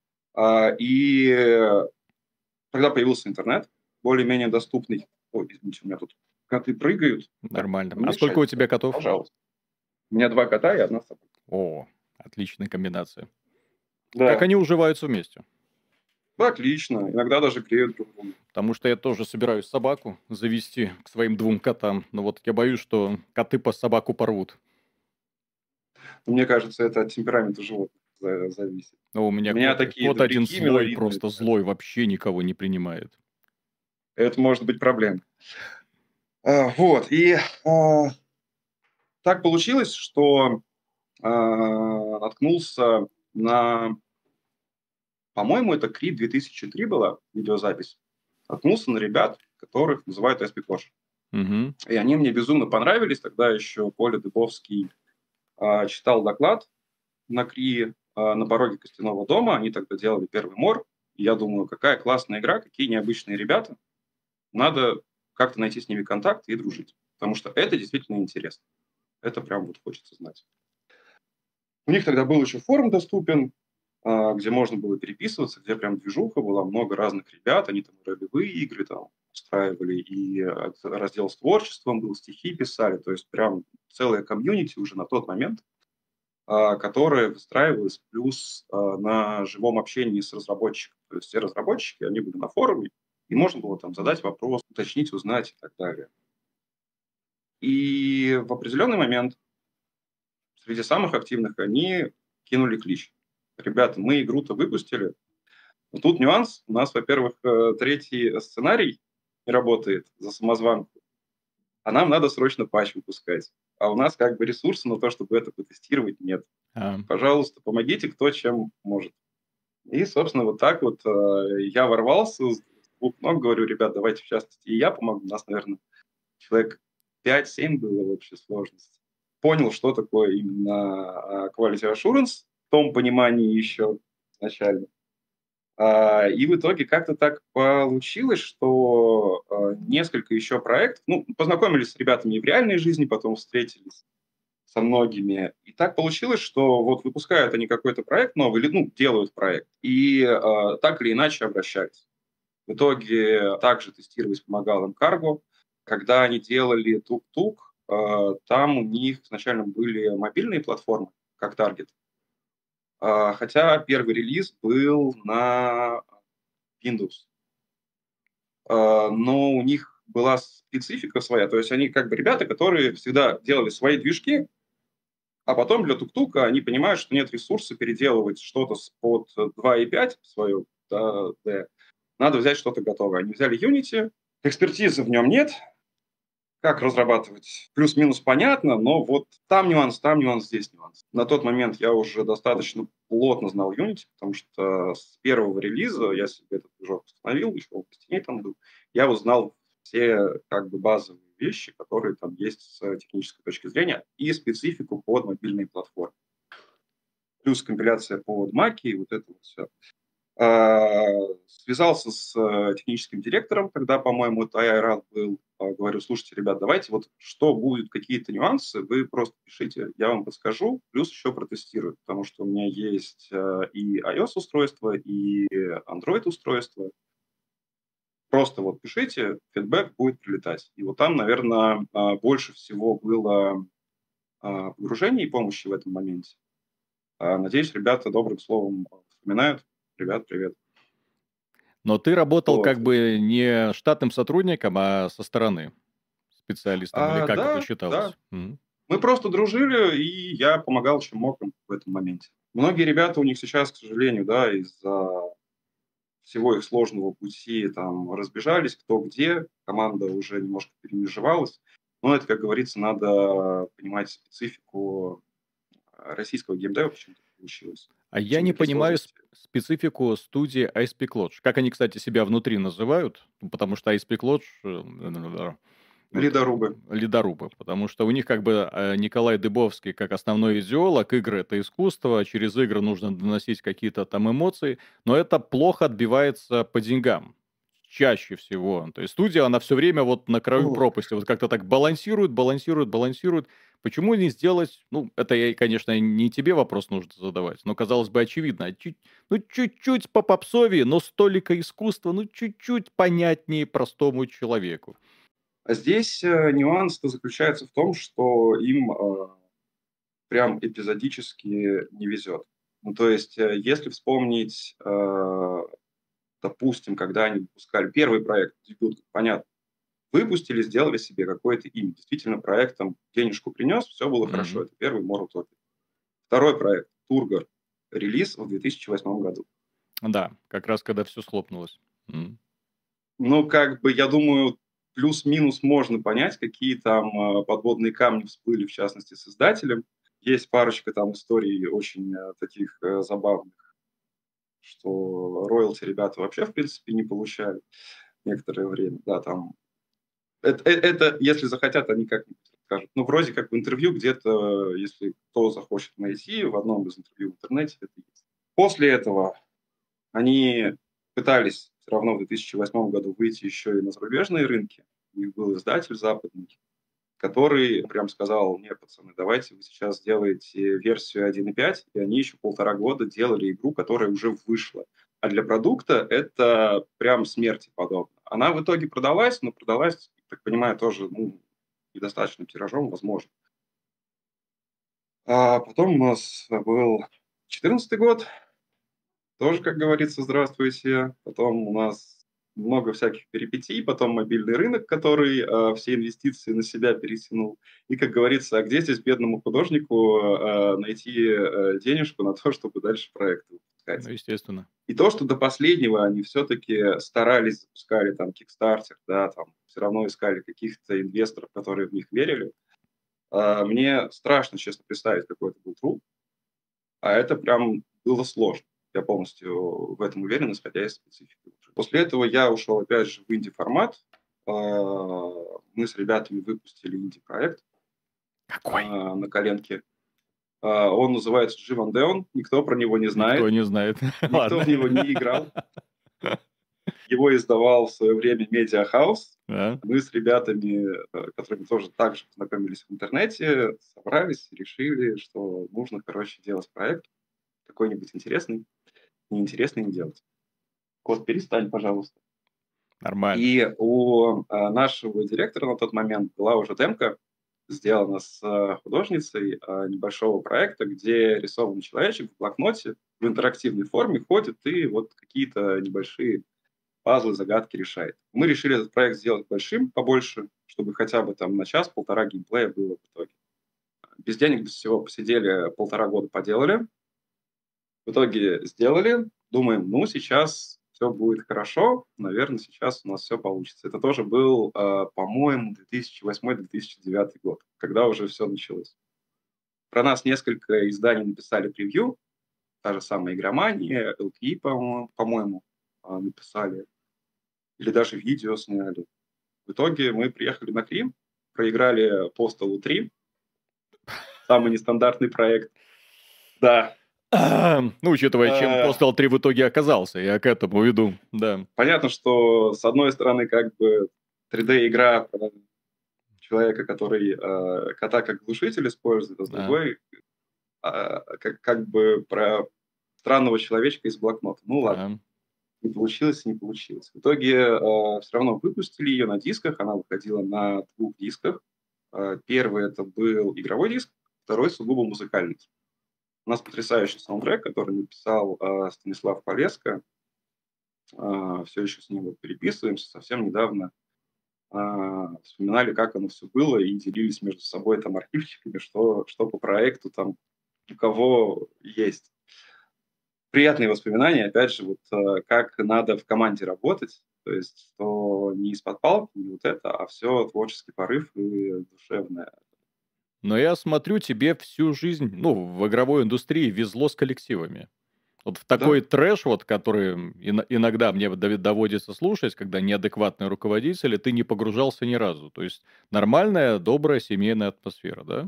И когда появился интернет, более-менее доступный. Ой, извините, у меня тут коты прыгают. Так, Нормально. не А сколько мешайте, у тебя котов? пожалуйста. У меня 2 кота и 1 собака. О, отличная комбинация. Как Да, они уживаются вместе? отлично. Иногда даже греют друг друга. Потому что я тоже собираюсь собаку завести к своим 2 котам. Но вот я боюсь, что коты по собаку порвут. Но мне кажется, это от темперамента животных зависит. Но у У меня меня кот, такие кот один добряки злой, миловидные. просто злой, вообще никого не принимает. Это может быть проблема. Вот. И так получилось, что наткнулся на, по-моему, это Крит 2003 была видеозапись. Наткнулся на ребят, которых называют SP Koch. Угу. И они мне безумно понравились. Тогда еще Коля Дыбовский читал доклад на КРИ на пороге Костяного дома. Они тогда делали первый мор. И я думаю, какая классная игра, какие необычные ребята. Надо как-то найти с ними контакт и дружить. Потому что это действительно интересно. Это прям вот хочется знать. У них тогда был еще форум доступен, где можно было переписываться, где прям движуха была, много разных ребят, они там ролевые игры там устраивали, и раздел с творчеством был, стихи писали, то есть прям целая комьюнити уже на тот момент, которая выстраивалась плюс на живом общении с разработчиком. То есть все разработчики, они были на форуме, и можно было там задать вопрос, уточнить, узнать и так далее. И в определенный момент среди самых активных они кинули клич. Ребята, мы игру-то выпустили, но тут нюанс. У нас, во-первых, третий сценарий не работает за самозванку, а нам надо срочно патч выпускать. А у нас как бы ресурсы на то, чтобы это потестировать, нет. А, Пожалуйста, помогите, кто чем может. И, собственно, вот так вот я ворвался с 2 ног, говорю, ребят, давайте в частности и я помогу. У нас, наверное, человек 5-7 было в общей сложности. Понял, что такое именно quality assurance в том понимании еще изначально. И в итоге как-то так получилось, что несколько еще проектов, ну, познакомились с ребятами и в реальной жизни, потом встретились со многими. И так получилось, что вот выпускают они какой-то проект новый, или, ну, делают проект, и так или иначе обращались. В итоге также тестировать помогал им Cargo. Когда они делали Тук-Тук, там у них изначально были мобильные платформы, как Target. Хотя первый релиз был на Windows. Но у них была специфика своя. То есть они как бы ребята, которые всегда делали свои движки, а потом для Тук-Тука они понимают, что нет ресурса переделывать что-то под 2.5 свое, да, D. Надо взять что-то готовое. Они взяли Unity, экспертизы в нем нет, как разрабатывать. Плюс-минус понятно, но вот там нюанс, здесь нюанс. На тот момент я уже достаточно плотно знал Unity, потому что с первого релиза я себе этот движок установил, еще в стене там был. Я узнал все как бы базовые вещи, которые там есть с технической точки зрения, и специфику под мобильные платформы. Плюс компиляция под Mac и вот это вот все. Связался с техническим директором, тогда, по-моему, это Айрат был. Говорю, слушайте, ребят, давайте вот что будут какие-то нюансы, вы просто пишите, я вам подскажу, плюс еще протестирую, потому что у меня есть и iOS-устройство, и Android-устройство. просто вот пишите, фидбэк будет прилетать. И вот там, наверное, больше всего было погружения и помощи в этом моменте. Надеюсь, ребята добрым словом вспоминают. Ребят, привет. Но ты работал Вот. как бы не штатным сотрудником, а со стороны специалистом, или как это Да, да. считалось? Мгм. Мы просто дружили, и я помогал, чем мог им в этом моменте. Многие ребята у них сейчас, к сожалению, да, из-за всего их сложного пути там разбежались, кто где, команда уже немножко перемежевалась. Но это, как говорится, надо понимать специфику российского геймдева, почему так получилось. А я Почему не такие понимаю сложности. специфику студии Ice Peak Lodge. Как они, кстати, себя внутри называют? Ну, потому что Ice Peak Lodge... вот, Ледорубы. ледорубы. Потому что у них как бы Николай Дыбовский как основной идеолог. Игры — это искусство. Через игры нужно доносить какие-то там эмоции. Но это плохо отбивается по деньгам. Чаще всего. То есть студия, она все время вот на краю Ну, пропасти. Вот как-то так балансирует, балансирует, балансирует. Почему не сделать... Ну, это, я, конечно, не тебе вопрос нужно задавать, но, казалось бы, очевидно. Ну, чуть-чуть по попсовее, но столика искусства, ну, чуть-чуть понятнее простому человеку. а здесь нюанс-то заключается в том, что им прям эпизодически не везет. Ну, то есть, если вспомнить, допустим, когда они выпускали первый проект, дебют, понятно, выпустили, сделали себе какое-то имя. Действительно, проектом денежку принес, все было хорошо. Мгм. Это первый Moral Topic. Второй проект, Тургор, релиз в 2008 году. Да, как раз когда все схлопнулось. М. Ну, как бы, я думаю, плюс-минус можно понять, какие там подводные камни всплыли, в частности, с издателем. Есть парочка там историй очень таких забавных, что роялти ребята вообще, в принципе, не получали некоторое время. Да, там это, если захотят, они как-нибудь расскажут. Ну, вроде как в интервью где-то, если кто захочет найти, в одном из интервью в интернете это есть. После этого они пытались все равно в 2008 году выйти еще и на зарубежные рынки. У них был издатель западный, который прям сказал: не, пацаны, давайте вы сейчас сделаете версию 1.5, и они еще 1,5 года делали игру, которая уже вышла. А для продукта это прям смерти подобно. Она в итоге продалась, но продалась, так понимаю, тоже недостаточным тиражом, возможно. А потом у нас был 2014 год, тоже, как говорится, здравствуйте. Потом у нас много всяких перипетий, потом мобильный рынок, который все инвестиции на себя перетянул. И, как говорится, а где здесь бедному художнику найти денежку на то, чтобы дальше проект Ну, выпускать? естественно. И то, что до последнего они все-таки старались, запускали там Kickstarter, да, там все равно искали каких-то инвесторов, которые в них верили. Мне страшно, честно, представить, какой это был труд. А это прям было сложно. Я полностью в этом уверен, исходя из специфики. После этого я ушел опять же в инди-формат. Мы с ребятами выпустили инди-проект Какой? на коленке. Он называется Живандеон. Никто про него не Никто знает. не знает. Никто в Ладно. него не играл. Его издавал в свое время Media House. Да. Мы с ребятами, которыми тоже так же познакомились в интернете, собрались и решили, что нужно, короче, делать проект какой-нибудь интересный. Неинтересно не делать. Кот, перестань, пожалуйста. Нормально. И у нашего директора на тот момент была уже демка, сделана с художницей небольшого проекта, где рисованный человечек в блокноте в интерактивной форме ходит и вот какие-то небольшие пазлы, загадки решает. Мы решили этот проект сделать большим, побольше, чтобы хотя бы там на час-полтора геймплея было в итоге. Без денег, без всего посидели, 1,5 года поделали. В итоге сделали, думаем, ну, сейчас все будет хорошо, наверное, сейчас у нас все получится. Это тоже был, по-моему, 2008-2009 год, когда уже все началось. Про нас несколько изданий написали превью, та же самая «Игромания», LKE, по-моему, написали, или даже видео сняли. В итоге мы приехали на Крим, проиграли Postal 3, самый нестандартный проект. Да, Ну, учитывая, чем э, Postal 3 в итоге оказался, я к этому веду, да. понятно, что с одной стороны, как бы 3D-игра про человека, который кота как глушитель использует, а с Да. другой как бы про странного человечка из блокнота. Ну ладно. Да. Не получилось, не получилось. В итоге все равно выпустили ее на дисках, она выходила на 2 дисках. Первый это был игровой диск, второй сугубо музыкальный. У нас потрясающий саундтрек, который написал Станислав Полеско. Все еще с ним вот переписываемся. Совсем недавно вспоминали, как оно все было, и делились между собой там архивчиками, что по проекту там у кого есть. Приятные воспоминания, опять же, вот как надо в команде работать, то есть что не из-под палки, не вот это, а все творческий порыв и душевное. Но я смотрю, тебе всю жизнь, ну, в игровой индустрии везло с коллективами. Вот в Да, такой трэш, вот, который иногда мне доводится слушать, когда неадекватные руководители, ты не погружался ни разу. То есть нормальная, добрая семейная атмосфера, да?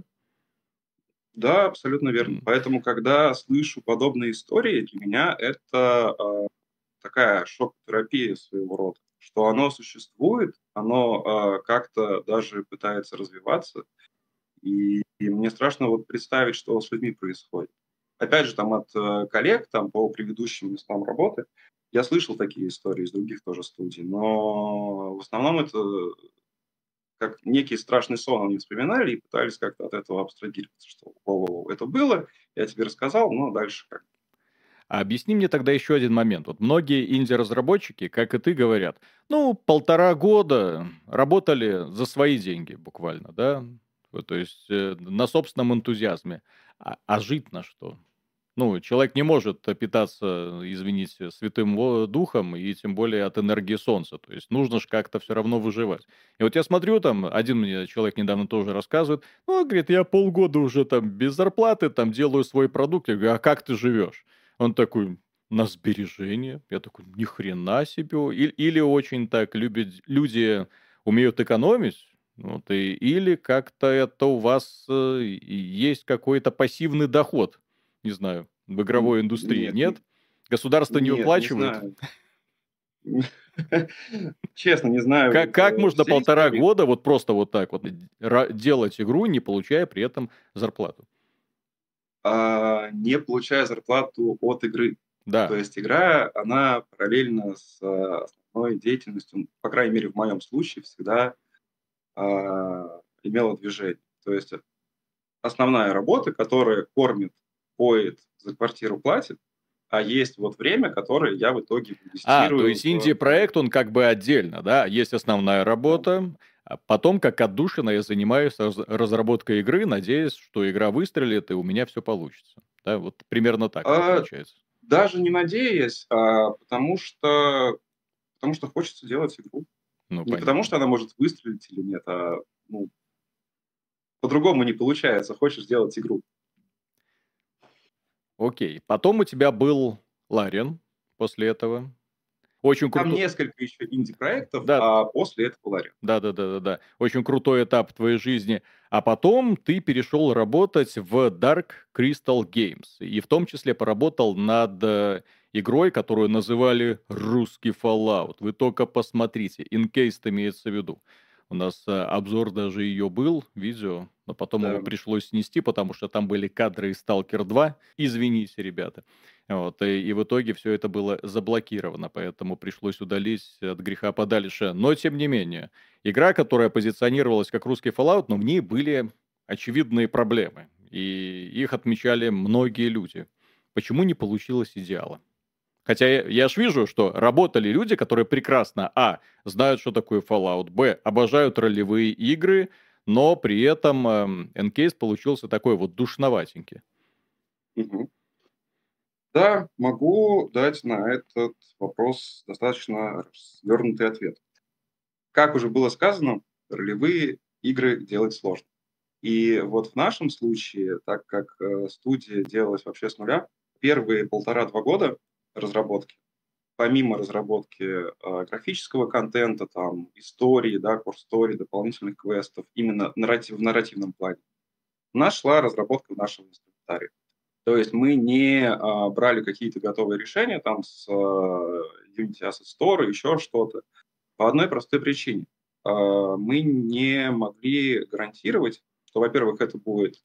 да, абсолютно верно. М. Поэтому, когда слышу подобные истории, для меня это такая шок-терапия своего рода, что оно существует, оно как-то даже пытается развиваться, и мне страшно вот представить, что с людьми происходит. Опять же, там от коллег там, по предыдущим местам работы я слышал такие истории из других тоже студий, но в основном это как некий страшный сон они вспоминали и пытались как-то от этого абстрагироваться, что «Воу-воу-воу, это было, я тебе рассказал, но дальше как». А объясни мне тогда еще один момент. Вот многие инди-разработчики, как и ты, говорят, ну, 1,5 года работали за свои деньги буквально, да? Вот, то есть на собственном энтузиазме. А жить на что? Ну, человек не может питаться, извините, святым духом и тем более от энергии солнца. То есть нужно же как-то все равно выживать. И вот я смотрю, там, один мне человек недавно тоже рассказывает, ну, говорит, я полгода уже там без зарплаты, там делаю свой продукт. Я говорю, а как ты живешь? Он такой, на сбережения. Я такой, ни хрена себе. Или очень так любят, люди умеют экономить, вот, или как-то это у вас есть какой-то пассивный доход, не знаю, в игровой индустрии, Нет, нет? Государство не нет, не выплачивает? знаю. Честно, не знаю Как можно всей 1,5 года истории. вот просто вот так вот делать игру, не получая при этом зарплату? Не получая зарплату от игры. То Да. есть игра, она параллельно с основной деятельностью, по крайней мере, в моем случае, всегда имела движение. То есть основная работа, которая кормит, поет, за квартиру платит, а есть вот время, которое я в итоге То инвестирую есть в проект. инди-проект, он как бы отдельно, да? Есть основная Да. работа, а потом, как отдушина, я занимаюсь разработкой игры, надеясь, что игра выстрелит, и у меня все получится. Да, вот примерно так это А, получается. Даже не надеясь, потому что хочется делать игру. Ну, Не потому, понятно. что она может выстрелить или нет, ну, по-другому не получается. Хочешь сделать игру. Окей. Потом у тебя был Лариан после этого. Очень Там круто. несколько еще инди-проектов, Да, а после этого Ларин. да. Очень крутой этап в твоей жизни. А потом ты перешел работать в Dark Crystal Games. И в том числе поработал над игрой, которую называли «Русский Fallout». Вы только посмотрите. Incase имеется в виду. У нас обзор даже ее был, видео, но потом его Да. пришлось снести, потому что там были кадры из Stalker 2. Извините, ребята. Вот, и в итоге все это было заблокировано, поэтому пришлось удалить от греха подальше. Но тем не менее, игра, которая позиционировалась как русский Fallout, но в ней были очевидные проблемы. И их отмечали многие люди. Почему не получилось идеала? Хотя я ж вижу, что работали люди, которые прекрасно, знают, что такое Fallout, обожают ролевые игры, но при этом Encase получился такой вот душноватенький. Мгм. Да, могу дать на этот вопрос достаточно развернутый ответ. Как уже было сказано, ролевые игры делать сложно. И вот в нашем случае, так как студия делалась вообще с нуля, первые 1,5-2 года разработки, помимо разработки графического контента, там, истории, да, core-story, дополнительных квестов, именно в нарративном плане, у нас шла разработка нашего инструментария. То есть мы не брали какие-то готовые решения там с Unity Asset Store, еще что-то. По одной простой причине. Мы не могли гарантировать, что, во-первых, это будет,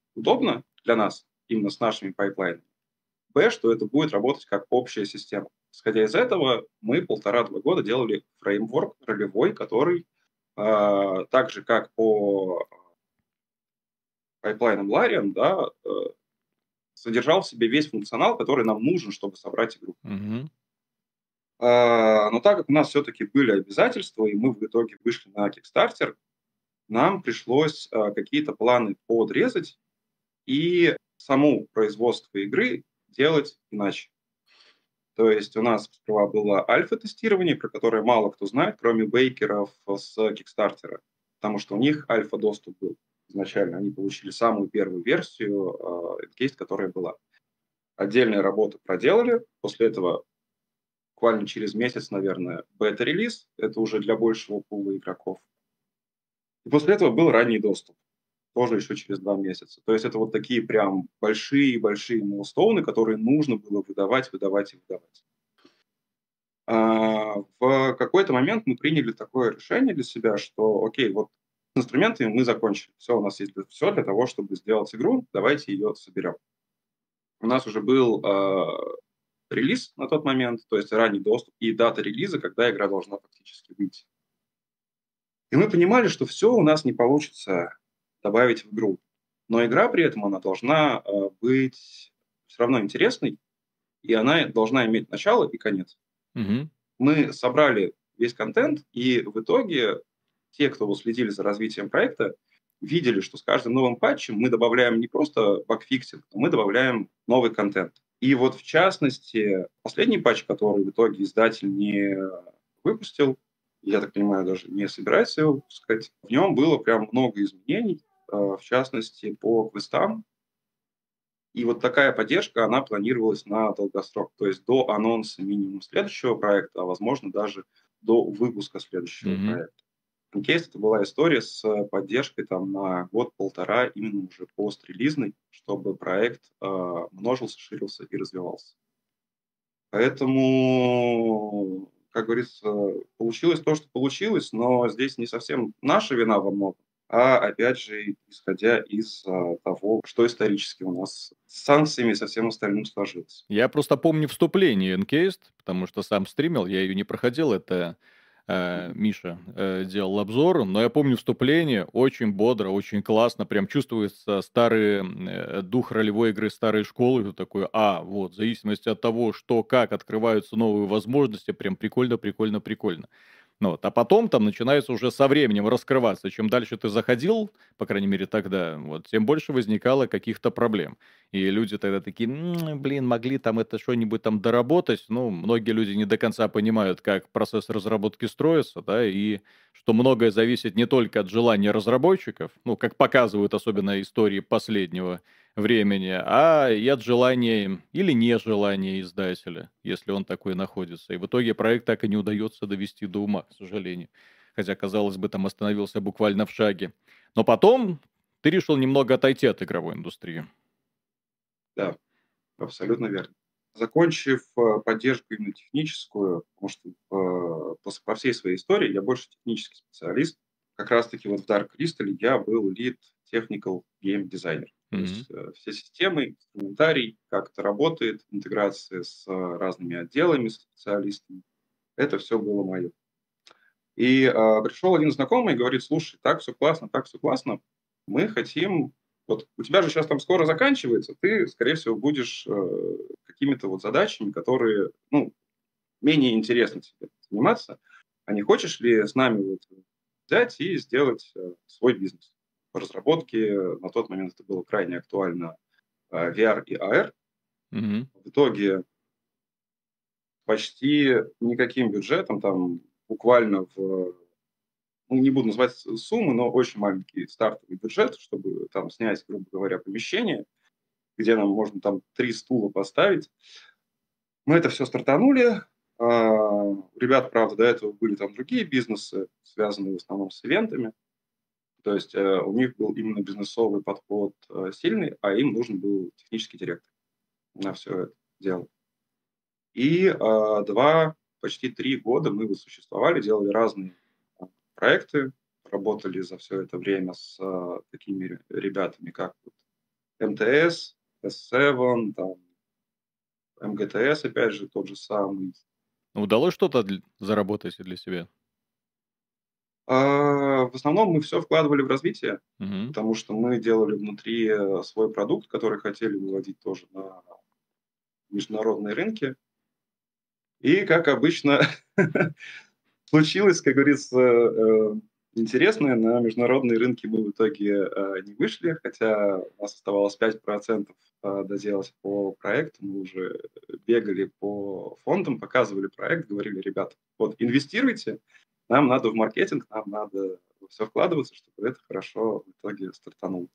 удобно для нас, именно с нашими пайплайнами, что это будет работать как общая система. исходя из этого, мы 1,5-2 года делали фреймворк ролевой, который так же, как по пайплайнам Larian, да, содержал в себе весь функционал, который нам нужен, чтобы собрать игру. Мгм. Но так как у нас все-таки были обязательства, и мы в итоге вышли на Kickstarter, нам пришлось какие-то планы подрезать и саму производство игры делать иначе. То есть у нас сперва было альфа-тестирование, про которое мало кто знает, кроме бейкеров с Kickstarter, потому что у них альфа-доступ был изначально. Они получили самую первую версию Encased, которая была. Отдельные работы проделали. После этого буквально через месяц, наверное, бета-релиз. Это уже для большего пула игроков. И после этого был ранний доступ. Тоже еще через 2 месяца. То есть это вот такие прям большие-большие майлстоуны, которые нужно было выдавать. В какой-то момент мы приняли такое решение для себя, что окей, вот с инструментами мы закончили. Все, у нас есть все для того, чтобы сделать игру, давайте ее соберем. У нас уже был релиз на тот момент, то есть ранний доступ и дата релиза, когда игра должна фактически выйти. И мы понимали, что все у нас не получится добавить в игру. Но игра при этом, она должна быть все равно интересной, и она должна иметь начало и конец. Мгм. Мы собрали весь контент, и в итоге те, кто следили за развитием проекта, видели, что с каждым новым патчем мы добавляем не просто багфиксинг, но мы добавляем новый контент. И вот в частности, последний патч, который в итоге издатель не выпустил, я так понимаю, даже не собирается его выпускать, в нем было прям много изменений, в частности, по квестам. И вот такая поддержка, она планировалась на долгосрок, то есть до анонса минимум следующего проекта, а возможно даже до выпуска следующего Мгм. проекта. Incase это была история с поддержкой там на год-полтора именно уже пострелизной, чтобы проект множился, ширился и развивался. Поэтому, как говорится, получилось то, что получилось, но здесь не совсем наша вина во многом, а опять же, исходя из того, что исторически у нас с санкциями и со всем остальным сложилось. Я просто помню вступление Encased, потому что сам стримил, я ее не проходил, это Мгм. Миша делал обзор, но я помню вступление, очень бодро, очень классно, прям чувствуется старый дух ролевой игры старой школы, ты такой, вот, в зависимости от того, что, как открываются новые возможности, прям прикольно, прикольно, прикольно. Ну вот. А потом там начинается уже со временем раскрываться. Чем дальше ты заходил, по крайней мере тогда, вот, тем больше возникало каких-то проблем. И люди тогда такие, блин, могли там это что-нибудь там доработать. Ну, многие люди не до конца понимают, как процесс разработки строится, да, и что многое зависит не только от желания разработчиков, ну, как показывают особенно истории последнего времени, а и от желания или нежелания издателя, если он такой находится. И в итоге проект так и не удается довести до ума, к сожалению. Хотя, казалось бы, там остановился буквально в шаге. Но потом ты решил немного отойти от игровой индустрии. Да, абсолютно верно. Закончив поддержку именно техническую, потому что по всей своей истории я больше технический специалист, как раз-таки вот в Dark Crystal я был lead technical game designer. То Мгм. есть все системы, инструментарий, как это работает, интеграция с разными отделами, с специалистами, это все было мое. И пришел один знакомый и говорит, слушай, так все классно, мы хотим, вот у тебя же сейчас там скоро заканчивается, ты, скорее всего, будешь какими-то вот задачами, которые, ну, менее интересно тебе заниматься, а не хочешь ли с нами вот взять и сделать свой бизнес по разработке? На тот момент это было крайне актуально VR и AR. Мгм. В итоге почти никаким бюджетом, там буквально ну, не буду называть суммы, но очень маленький стартовый бюджет, чтобы там снять, грубо говоря, помещение, где нам можно там 3 стула поставить. Мы это все стартанули. У ребят, правда, до этого были там другие бизнесы, связанные в основном с ивентами. То есть у них был именно бизнесовый подход сильный, а им нужен был технический директор на все это дело. И почти 3 года мы вот существовали, делали разные проекты, работали за все это время с такими ребятами, как вот МТС, S7, там, МГТС, опять же, тот же самый. Удалось что-то заработать для себя? В основном мы все вкладывали в развитие, Мгм. потому что мы делали внутри свой продукт, который хотели выводить тоже на международные рынки. И, как обычно, случилось, как говорится, интересное. На международные рынки мы в итоге не вышли, хотя у нас оставалось 5% доделать по проекту. Мы уже бегали по фондам, показывали проект, говорили: ребята, вот инвестируйте, нам надо в маркетинг, нам надо во все вкладываться, чтобы это хорошо в итоге стартануло.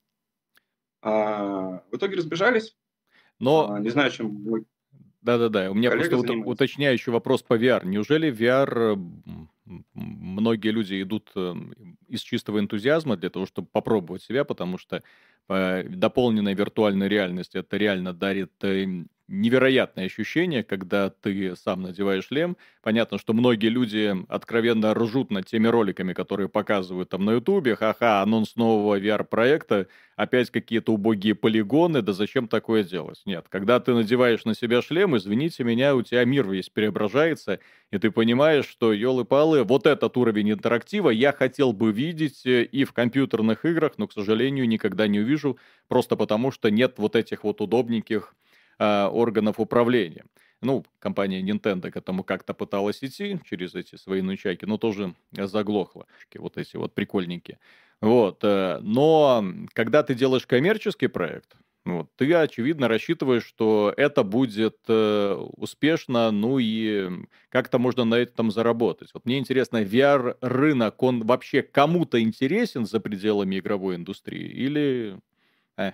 В итоге разбежались. Но Не знаю, чем мой да-да-да. У меня коллега просто занимается. уточняющий вопрос по VR. Неужели VR, многие люди идут из чистого энтузиазма для того, чтобы попробовать себя, потому что дополненная виртуальная реальность это реально дарит невероятное ощущение, когда ты сам надеваешь шлем. Понятно, что многие люди откровенно ржут над теми роликами, которые показывают там на Ютубе. Ха-ха, анонс нового VR-проекта. Опять какие-то убогие полигоны, да зачем такое делать? Нет, когда ты надеваешь на себя шлем, извините меня, у тебя мир весь преображается, и ты понимаешь, что, елы-палы, вот этот уровень интерактива я хотел бы видеть и в компьютерных играх, но, к сожалению, никогда не увижу, просто потому что нет вот этих вот удобненьких органов управления. Ну, компания Nintendo к этому как-то пыталась идти через эти свои нунчаки, но тоже заглохла. Вот эти вот прикольненькие. Вот, но когда ты делаешь коммерческий проект, вот, ты, очевидно, рассчитываешь, что это будет успешно, ну и как-то можно на этом заработать. Вот мне интересно, VR-рынок, он вообще кому-то интересен за пределами игровой индустрии или... э,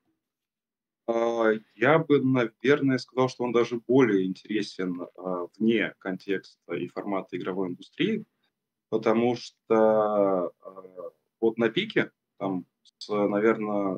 Я бы, наверное, сказал, что он даже более интересен вне контекста и формата игровой индустрии, потому что вот на пике, там, наверное,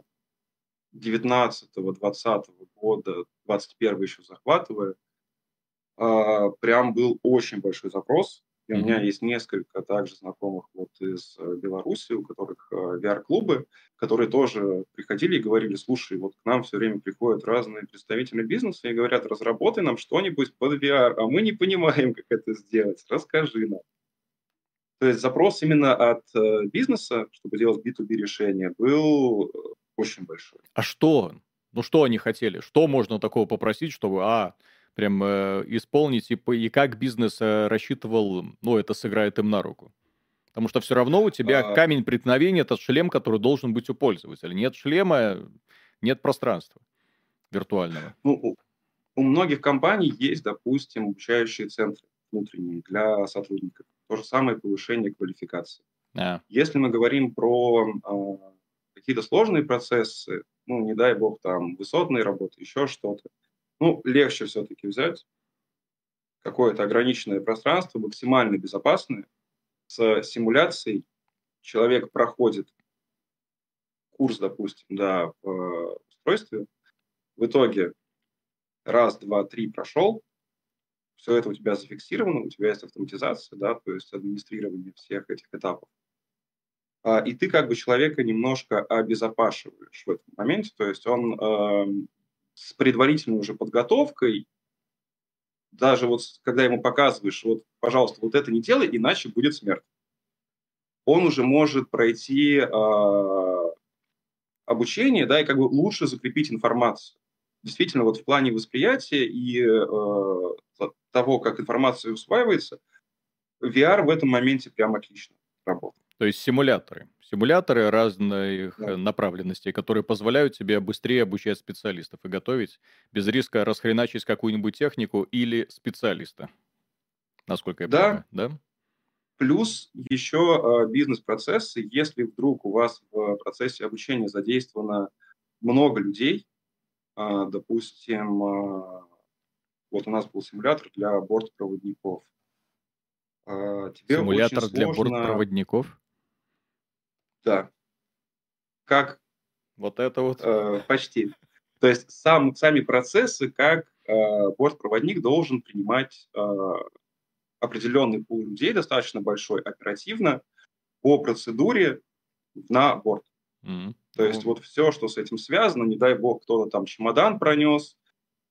19-20 года, 21 еще захватывая, прям был очень большой запрос. И у меня мгм. есть несколько также знакомых вот из Беларуси, у которых VR-клубы, которые тоже приходили и говорили: слушай, вот к нам все время приходят разные представители бизнеса и говорят: разработай нам что-нибудь под VR, а мы не понимаем, как это сделать, расскажи нам. То есть запрос именно от бизнеса, чтобы делать B2B решения, был очень большой. А что? Ну что они хотели? Что можно такого попросить, чтобы, прям исполнить, и как бизнес рассчитывал, ну, это сыграет им на руку? Потому что все равно у тебя А, камень преткновения — это шлем, который должен быть у пользователя. Нет шлема — нет пространства виртуального. ну, у многих компаний есть, допустим, обучающие центры внутренние для сотрудников. То же самое повышение квалификации. А, Если мы говорим про какие-то сложные процессы, ну, не дай бог, там, высотные работы, еще что-то, ну, легче все-таки взять какое-то ограниченное пространство, максимально безопасное, с симуляцией. Человек проходит курс, допустим, да, в устройстве, в итоге раз, два, три прошел, все это у тебя зафиксировано, у тебя есть автоматизация, да, то есть администрирование всех этих этапов. И ты как бы человека немножко обезопашиваешь в этом моменте, то есть он с предварительной уже подготовкой, даже вот когда ему показываешь, вот, пожалуйста, вот это не делай, иначе будет смерть. Он уже может пройти обучение, да, и как бы лучше закрепить информацию. Действительно, вот в плане восприятия и того, как информация усваивается, VR в этом моменте прям отлично работает. то есть симуляторы. Симуляторы разных Да. направленностей, которые позволяют тебе быстрее обучать специалистов и готовить без риска расхреначить какую-нибудь технику или специалиста, насколько я Да, понимаю, да? плюс еще бизнес-процессы. Если вдруг у вас в процессе обучения задействовано много людей, допустим, вот у нас был симулятор для бортпроводников, тебе очень Симулятор для сложно, бортпроводников. да, как Вот это вот. почти. То есть сами процессы, как бортпроводник должен принимать определенный пул людей, достаточно большой, оперативно, по процедуре на борт. То есть Ну, вот все, что с этим связано, не дай бог, кто-то там чемодан пронес,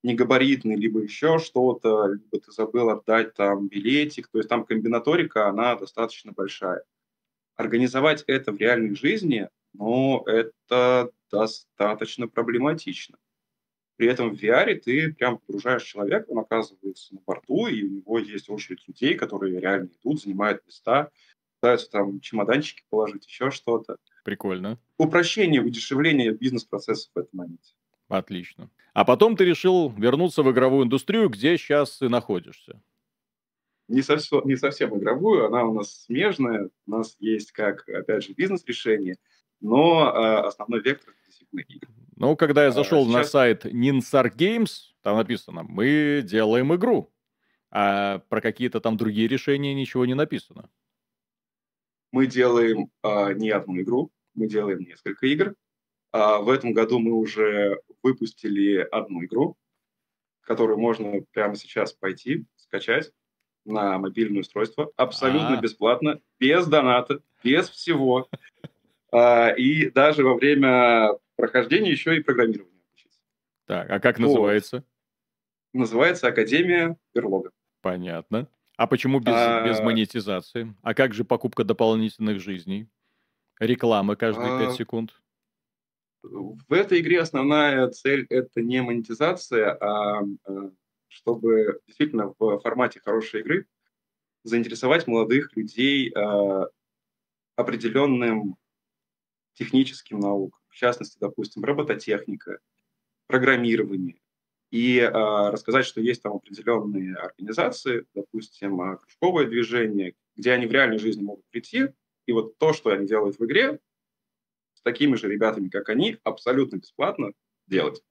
негабаритный, либо еще что-то, либо ты забыл отдать там билетик. То есть там комбинаторика, она достаточно большая. Организовать это в реальной жизни, ну, это достаточно проблематично. При этом в VR ты прям погружаешь человека, он оказывается на борту, и у него есть очередь людей, которые реально идут, занимают места, пытаются там чемоданчики положить, еще что-то. Прикольно. Упрощение, удешевление бизнес-процессов в этом моменте. Отлично. А потом ты решил вернуться в игровую индустрию, где сейчас и находишься. Не совсем игровую, она у нас смежная, у нас есть как, опять же, бизнес-решение, но основной вектор это действительно игры. Ну, когда я зашел на Сейчас сайт Ninsar Games, там написано, мы делаем игру. А про какие-то там другие решения ничего не написано. мы делаем не одну игру, мы делаем несколько игр. В этом году мы уже выпустили одну игру, которую можно прямо сейчас пойти, скачать на мобильное устройство, абсолютно А, бесплатно, без доната, без всего. И даже во время прохождения еще и программирование учиться. так, а как Вот. называется? Называется Академия Берлога. Понятно. А почему без А, монетизации? А как же покупка дополнительных жизней? Рекламы каждые 5 а, секунд? В этой игре основная цель – это не монетизация, чтобы действительно в формате хорошей игры заинтересовать молодых людей определенным техническим наукам, в частности, допустим, робототехника, программирование, и рассказать, что есть там определенные организации, допустим, кружковое движение, где они в реальной жизни могут прийти, и вот то, что они делают в игре, с такими же ребятами, как они, абсолютно бесплатно делать.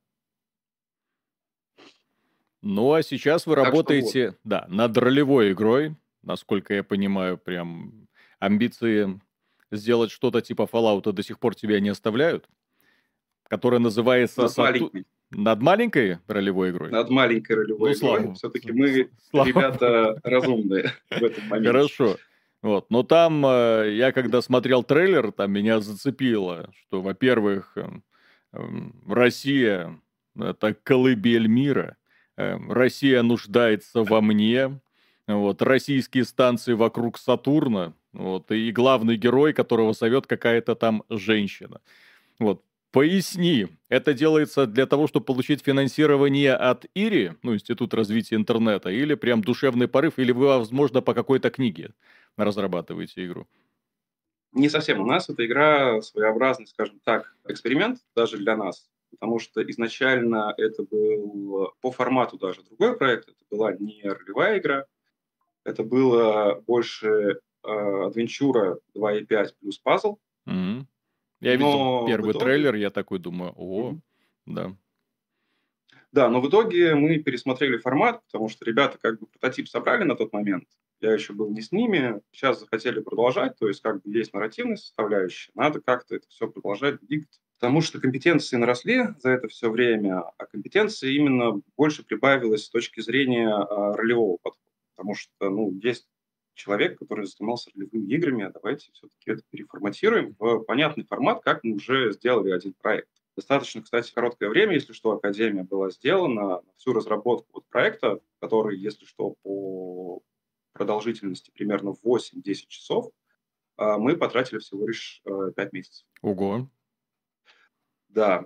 Ну, а сейчас вы Так что вот. работаете, да, над ролевой игрой. Насколько я понимаю, прям амбиции сделать что-то типа Fallout до сих пор тебя не оставляют. Которая называется Над маленькой, Над маленькой ролевой игрой? над маленькой Ну, ролевой игрой. слава, Все-таки мы слава ребята разумные в этом моменте. Хорошо. Вот. Но там я когда смотрел трейлер, там меня зацепило, что, во-первых, Россия — это колыбель мира. Россия нуждается во мне. Вот. Российские станции вокруг Сатурна. Вот. И главный герой, которого зовет какая-то там женщина. Вот. Поясни, это делается для того, чтобы получить финансирование от ИРИ, ну, Институт развития интернета, или прям душевный порыв, или вы, возможно, по какой-то книге разрабатываете игру? Не совсем. У нас эта игра своеобразный, скажем так, эксперимент даже для нас, потому что изначально это был по формату даже другой проект. Это была не ролевая игра, это было больше адвенчура 2.5 плюс пазл. Мгм. Я видел Но в первый итоге... трейлер, я такой думаю, о, Мгм. да. Да, но в итоге мы пересмотрели формат, потому что ребята как бы прототип собрали на тот момент. Я еще был не с ними. Сейчас захотели продолжать, то есть как бы есть нарративная составляющая. Надо как-то это все продолжать двигать. Потому что компетенции наросли за это все время, а компетенции именно больше прибавилось с точки зрения ролевого подхода. Потому что ну, есть человек, который занимался ролевыми играми, а давайте все-таки это переформатируем в понятный формат, как мы уже сделали один проект. Достаточно, кстати, короткое время, если что, Академия была сделана на всю разработку вот проекта, который, если что, по продолжительности примерно 8-10 часов, мы потратили всего лишь 5 месяцев. Ого. Да.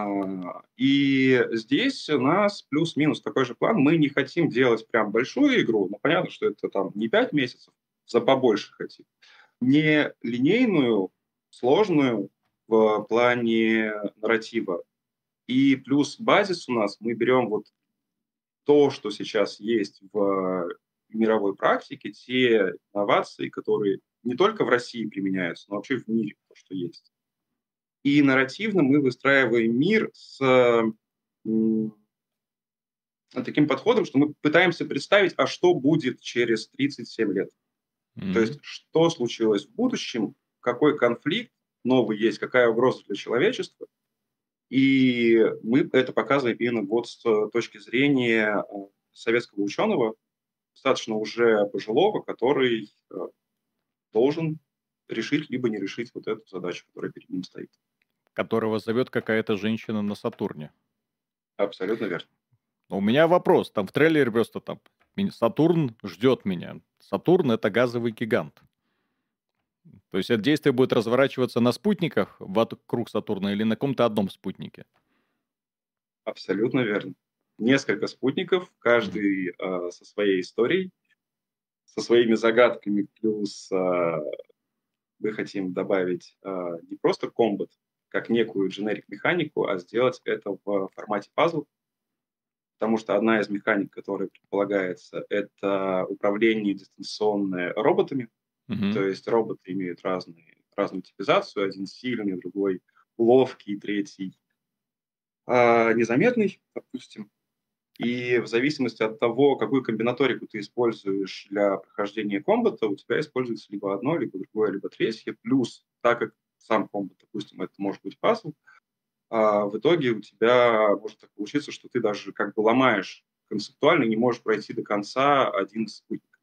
И здесь у нас плюс-минус такой же план. Мы не хотим делать прям большую игру, но понятно, что это там не 5 месяцев, за побольше хотим. Не линейную, сложную в плане нарратива. И плюс базис у нас, мы берем вот то, что сейчас есть в мировой практике, те инновации, которые не только в России применяются, но вообще в мире, то, что есть. И нарративно мы выстраиваем мир с таким подходом, что мы пытаемся представить, а что будет через 37 лет. То Мгм. есть, что случилось в будущем, какой конфликт новый есть, какая угроза для человечества. И мы это показываем именно вот с точки зрения советского ученого, достаточно уже пожилого, который должен решить либо не решить вот эту задачу, которая перед ним стоит. Которого зовет какая-то женщина на Сатурне. Абсолютно верно. У меня вопрос. Там в трейлере просто там Сатурн ждет меня. Сатурн — это газовый гигант. То есть это действие будет разворачиваться на спутниках вокруг Сатурна или на каком-то одном спутнике? Абсолютно верно. Несколько спутников, Мгм. каждый со своей историей, со своими загадками, плюс мы хотим добавить не просто комбат, как некую дженерик-механику, а сделать это в формате пазл, потому что одна из механик, которая предполагается, это управление дистанционное роботами, Мгм. то есть роботы имеют разную типизацию, один сильный, другой ловкий, третий незаметный, допустим. И в зависимости от того, какую комбинаторику ты используешь для прохождения комбата, у тебя используется либо одно, либо другое, либо третье. Плюс, так как сам комбат, допустим, это может быть пазл, в итоге у тебя может так получиться, что ты даже как бы ломаешь концептуально, не можешь пройти до конца один из спутников.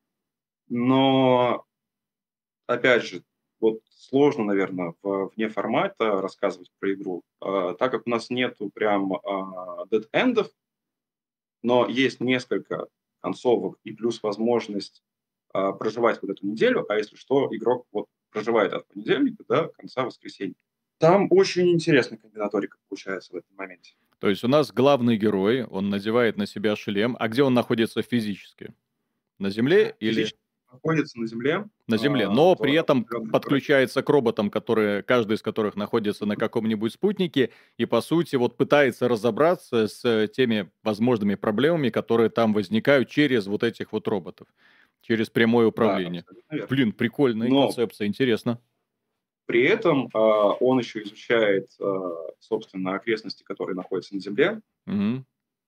Но, опять же, вот сложно, наверное, вне формата рассказывать про игру, так как у нас нету прям dead-эндов, но есть несколько концовок и плюс возможность проживать вот эту неделю, а если что, игрок вот проживает от понедельника до конца воскресенья. Там очень интересная комбинаторика получается в этом моменте. То есть у нас главный герой, он надевает на себя шлем. А где он находится физически? На Земле или Физически находится на Земле на Земле? Но в при этом определенной географии. подключается к роботам, которые, каждый из которых находится на каком-нибудь спутнике, и, по сути, вот пытается разобраться с теми возможными проблемами, которые там возникают через вот этих вот роботов, через прямое Да, управление. абсолютно верно. Блин, прикольная Но концепция, интересно. при этом он еще изучает, собственно, окрестности, которые находятся на Земле. Мгм.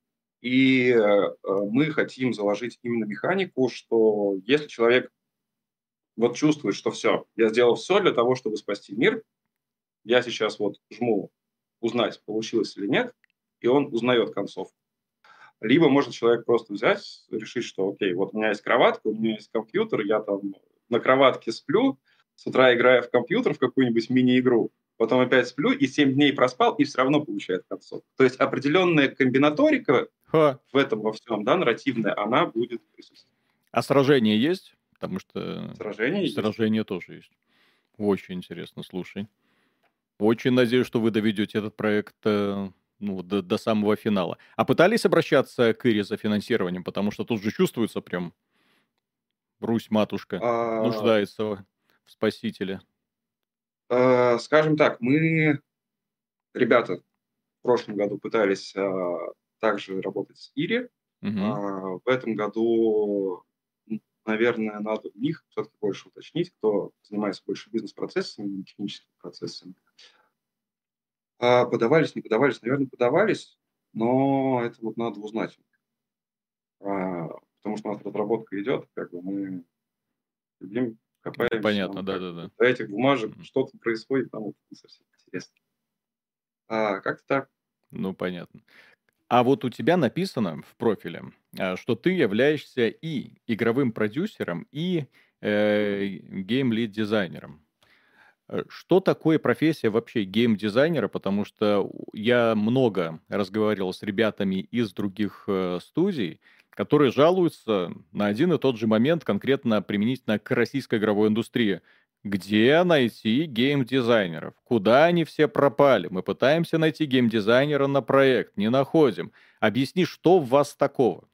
И мы хотим заложить именно механику, что если человек вот чувствует, что все, я сделал все для того, чтобы спасти мир, я сейчас вот жму узнать, получилось или нет, и он узнает концовку. Либо может человек просто взять, решить, что окей, вот у меня есть кроватка, у меня есть компьютер, я там на кроватке сплю, с утра играю в компьютер, в какую-нибудь мини-игру, потом опять сплю и 7 дней проспал, и все равно получает концовку. То есть определенная комбинаторика Ха. в этом во всем, да, нарративная, она будет присутствовать. А сражение есть? Потому что Сражение есть. сражение тоже есть. Очень интересно, слушай. Очень надеюсь, что вы доведете этот проект ну, до самого финала. А пытались обращаться к Ире за финансированием? Потому что тут же чувствуется прям Русь-матушка А, нуждается в спасителе. Скажем так, мы, ребята, в прошлом году пытались также работать с Ири. Мгм. В этом году, наверное, надо у них все-таки больше уточнить, кто занимается больше бизнес-процессами, не техническими процессами. Подавались, не подавались, наверное, подавались, но это вот надо узнать. Потому что у нас разработка идет, как бы мы сидим, Ну, копаемся, понятно, нам как бы да-да-да. до этих бумажек Мгм. что-то происходит, нам это не совсем интересно. Как-то так. Ну, понятно. А вот у тебя написано в профиле, что ты являешься и игровым продюсером, и гейм-лид-дизайнером. Что такое профессия вообще гейм-дизайнера? Потому что я много разговаривал с ребятами из других студий, которые жалуются на один и тот же момент, конкретно применительно к российской игровой индустрии. Где найти гейм-дизайнеров? Куда они все пропали? Мы пытаемся найти гейм-дизайнера на проект, не находим. Объясни, что в вас такого?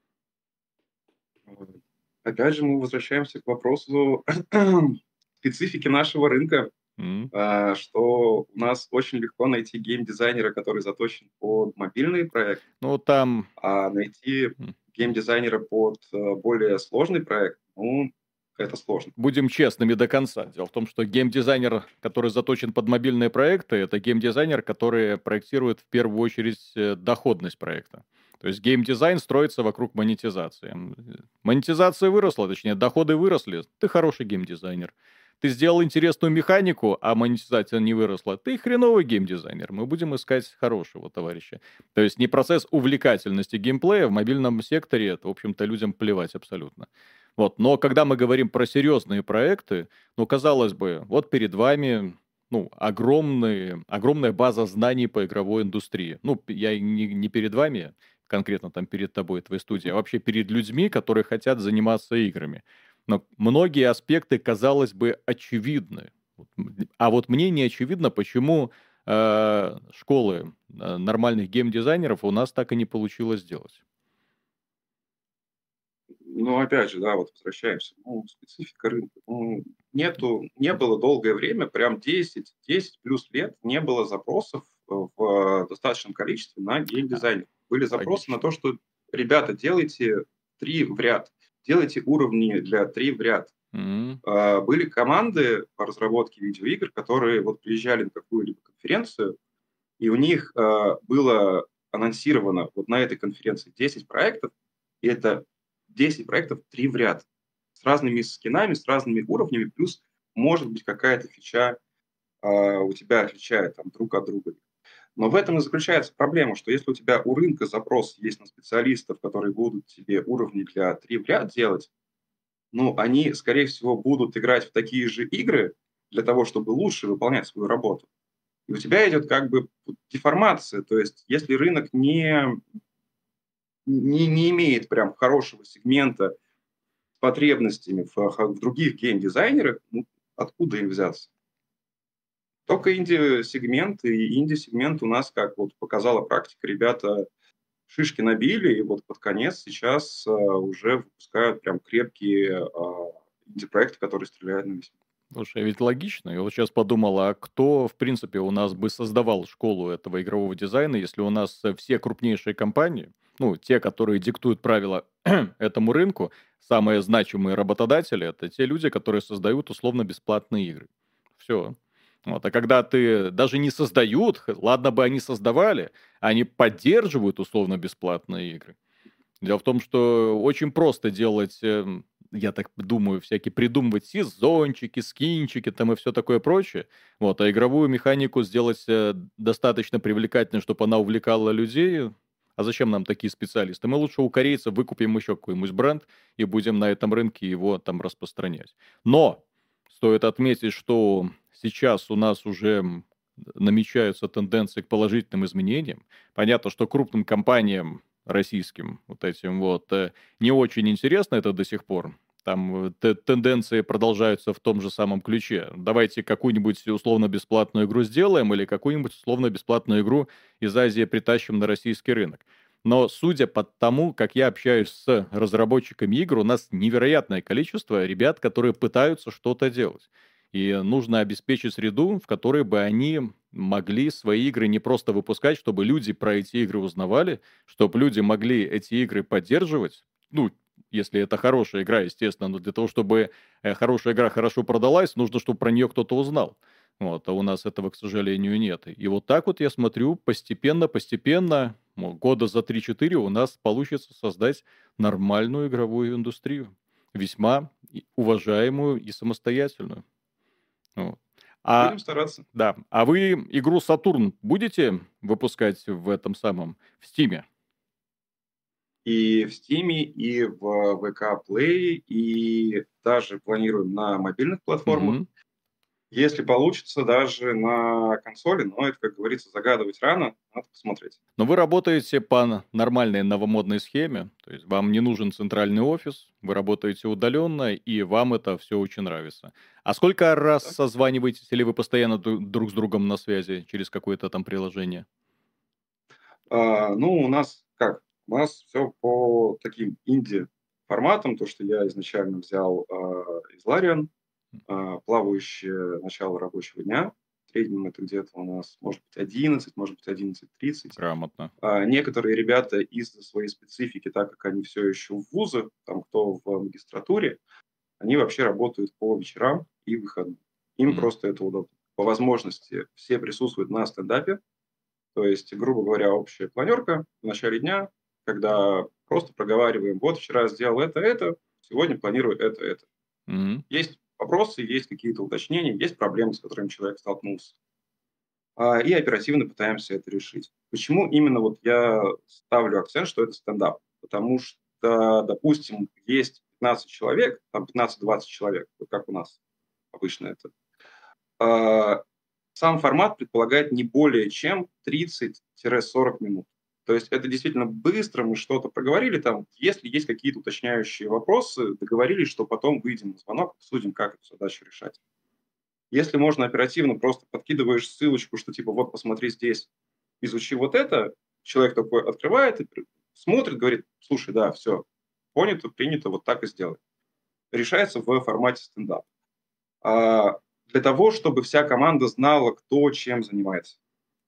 Э, Опять же, мы возвращаемся к вопросу специфики нашего рынка, М? что у нас очень легко найти геймдизайнера, который заточен под мобильные проекты, Ну, там а найти м, геймдизайнера под более сложный проект, ну, это сложно. будем честными до конца. Дело в том, что геймдизайнер, который заточен под мобильные проекты, это геймдизайнер, который проектирует в первую очередь доходность проекта. То есть геймдизайн строится вокруг монетизации. Монетизация выросла, точнее, доходы выросли. Ты хороший геймдизайнер. Ты сделал интересную механику, а монетизация не выросла. Ты хреновый геймдизайнер. Мы будем искать хорошего товарища. То есть не процесс увлекательности геймплея в мобильном секторе, это, в общем-то, людям плевать абсолютно. Вот. Но когда мы говорим про серьезные проекты, ну, казалось бы, вот перед вами ну, огромная база знаний по игровой индустрии. Ну, я не перед вами, конкретно там перед тобой, твоей студией, а вообще перед людьми, которые хотят заниматься играми. Но многие аспекты, казалось бы, очевидны. А вот мне не очевидно, почему школы нормальных геймдизайнеров у нас так и не получилось сделать. Ну, опять же, да, вот возвращаемся. Ну, специфика рынка. Ну, не было долгое время, прям 10 плюс лет, не было запросов в достаточном количестве на А, геймдизайнер. Были запросы на Логично. то, что, ребята, делайте 3 в ряд, делайте уровни для 3 в ряд. М, Были команды по разработке видеоигр, которые вот приезжали на какую-либо конференцию, и у них было анонсировано вот на этой конференции 10 проектов, и это 10 проектов 3 в ряд, с разными скинами, с разными уровнями, плюс может быть какая-то фича у тебя отличает там друг от друга. Но в этом и заключается проблема, что если у тебя у рынка запрос есть на специалистов, которые будут тебе уровни для 3 в ряд делать, ну, они, скорее всего, будут играть в такие же игры для того, чтобы лучше выполнять свою работу. И у тебя идет как бы деформация. То есть если рынок не имеет прям хорошего сегмента с потребностями в других геймдизайнерах, ну, откуда им взяться? Только инди-сегмент, и инди-сегмент у нас, как вот показала практика, ребята шишки набили, и вот под конец сейчас уже выпускают прям крепкие инди-проекты, которые стреляют на весь мир. Слушай, ведь логично. Я вот сейчас подумал, а кто, в принципе, у нас бы создавал школу этого игрового дизайна, если у нас все крупнейшие компании, ну, те, которые диктуют правила этому рынку, самые значимые работодатели, это те люди, которые создают условно-бесплатные игры. Все. Вот. А когда ты даже не создают, ладно бы они создавали, они поддерживают условно-бесплатные игры. Дело в том, что очень просто делать, я так думаю, всякие придумывать сезончики, скинчики там и все такое прочее. Вот, а игровую механику сделать достаточно привлекательной, чтобы она увлекала людей. А зачем нам такие специалисты? Мы лучше у корейцев выкупим еще какой-нибудь бренд и будем на этом рынке его там распространять. Но стоит отметить, что сейчас у нас уже намечаются тенденции к положительным изменениям. Понятно, что крупным компаниям российским вот этим вот не очень интересно это до сих пор. Там тенденции продолжаются в том же самом ключе. Давайте какую-нибудь условно-бесплатную игру сделаем или какую-нибудь условно-бесплатную игру из Азии притащим на российский рынок. Но судя по тому, как я общаюсь с разработчиками игр, у нас невероятное количество ребят, которые пытаются что-то делать. И нужно обеспечить среду, в которой бы они могли свои игры не просто выпускать, чтобы люди про эти игры узнавали, чтобы люди могли эти игры поддерживать. Ну, если это хорошая игра, естественно, но для того, чтобы хорошая игра хорошо продалась, нужно, чтобы про нее кто-то узнал. Вот, а у нас этого, к сожалению, нет. И вот так вот я смотрю, постепенно, года за 3-4 у нас получится создать нормальную игровую индустрию. Весьма уважаемую и самостоятельную. Вот. А, Будем стараться. да, а вы игру «Сатурн» будете выпускать в этом самом, в Стиме? И в Steam, и в VK Play, и даже планируем на мобильных платформах. Мгм. Если получится, даже на консоли, но это, как говорится, загадывать рано, надо посмотреть. Но вы работаете по нормальной новомодной схеме, то есть вам не нужен центральный офис, вы работаете удаленно, и вам это все очень нравится. А сколько раз Так? созваниваетесь, или вы постоянно друг с другом на связи через какое-то там приложение? Ну, у нас как? У нас все по таким инди-форматам, то, что я изначально взял из Larian, плавающее начало рабочего дня. В среднем это где-то у нас может быть 11, может быть 11:30. Грамотно. Некоторые ребята из-за своей специфики, так как они все еще в вузах, там кто в магистратуре, они вообще работают по вечерам и выходным. Им М. просто это удобно. По возможности все присутствуют на стендапе, то есть, грубо говоря, общая планерка в начале дня, когда просто проговариваем, вот вчера сделал это, сегодня планирую это. Мгм. Есть вопросы, есть какие-то уточнения, есть проблемы, с которыми человек столкнулся. И оперативно пытаемся это решить. Почему именно вот я ставлю акцент, что это стендап? Потому что, допустим, есть 15 человек, там 15-20 человек, вот как у нас обычно это. А, Сам формат предполагает не более чем 30-40 минут. То есть это действительно быстро, мы что-то проговорили там. Если есть какие-то уточняющие вопросы, договорились, что потом выйдем на звонок, обсудим, как эту задачу решать. Если можно оперативно, просто подкидываешь ссылочку, что типа вот посмотри здесь, изучи вот это, человек такой открывает и смотрит, говорит, слушай, да, все, понято, принято, вот так и сделай. Решается в формате стендап. Для того, чтобы вся команда знала, кто чем занимается.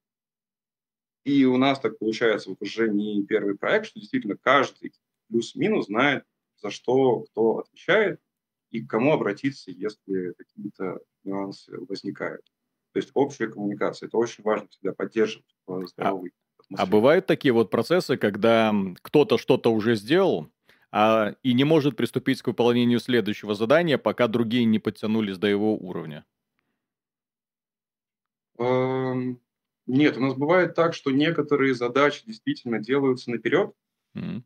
И у нас так получается вот уже не первый проект, что действительно каждый плюс-минус знает, за что кто отвечает и к кому обратиться, если какие-то нюансы возникают. То есть общая коммуникация. Это очень важно всегда поддерживать в А, здоровой а атмосфере. бывают такие вот процессы, когда кто-то что-то уже сделал, и не может приступить к выполнению следующего задания, пока другие не подтянулись до его уровня. Эм, Нет, у нас бывает так, что некоторые задачи действительно делаются наперед М.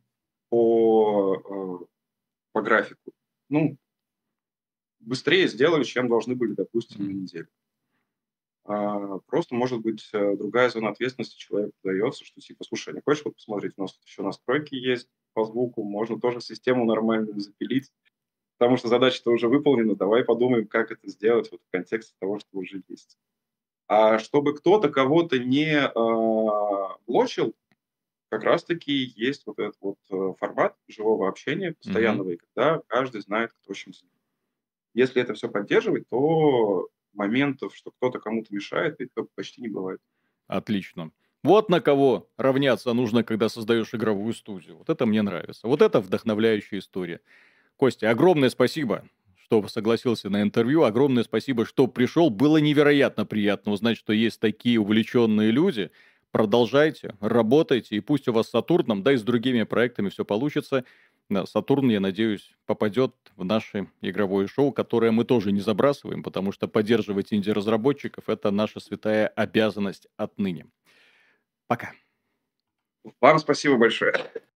по графику. Ну, быстрее сделали, чем должны были, допустим, на М. неделю. Просто, может быть, другая зона ответственности человеку дается, что типа, слушай, не хочешь вот посмотреть, у нас тут еще настройки есть по звуку, можно тоже систему нормальную запилить, потому что задача-то уже выполнена, давай подумаем, как это сделать вот в контексте того, что уже есть. А чтобы кто-то кого-то не блочил, как раз-таки есть вот этот вот формат живого общения Мгм. постоянного, и когда каждый знает, кто чем занимается. Если это все поддерживать, то моментов, что кто-то кому-то мешает, это почти не бывает. Отлично. Вот на кого равняться нужно, когда создаешь игровую студию. Вот это мне нравится. Вот это вдохновляющая история. Костя, огромное спасибо, что согласился на интервью. Огромное спасибо, что пришел. Было невероятно приятно узнать, что есть такие увлеченные люди. Продолжайте, работайте, и пусть у вас с Сатурном, да и с другими проектами все получится. Да, Сатурн, я надеюсь, попадет в наше игровое шоу, которое мы тоже не забрасываем, потому что поддерживать инди-разработчиков – это наша святая обязанность отныне. Пока. Вам спасибо большое.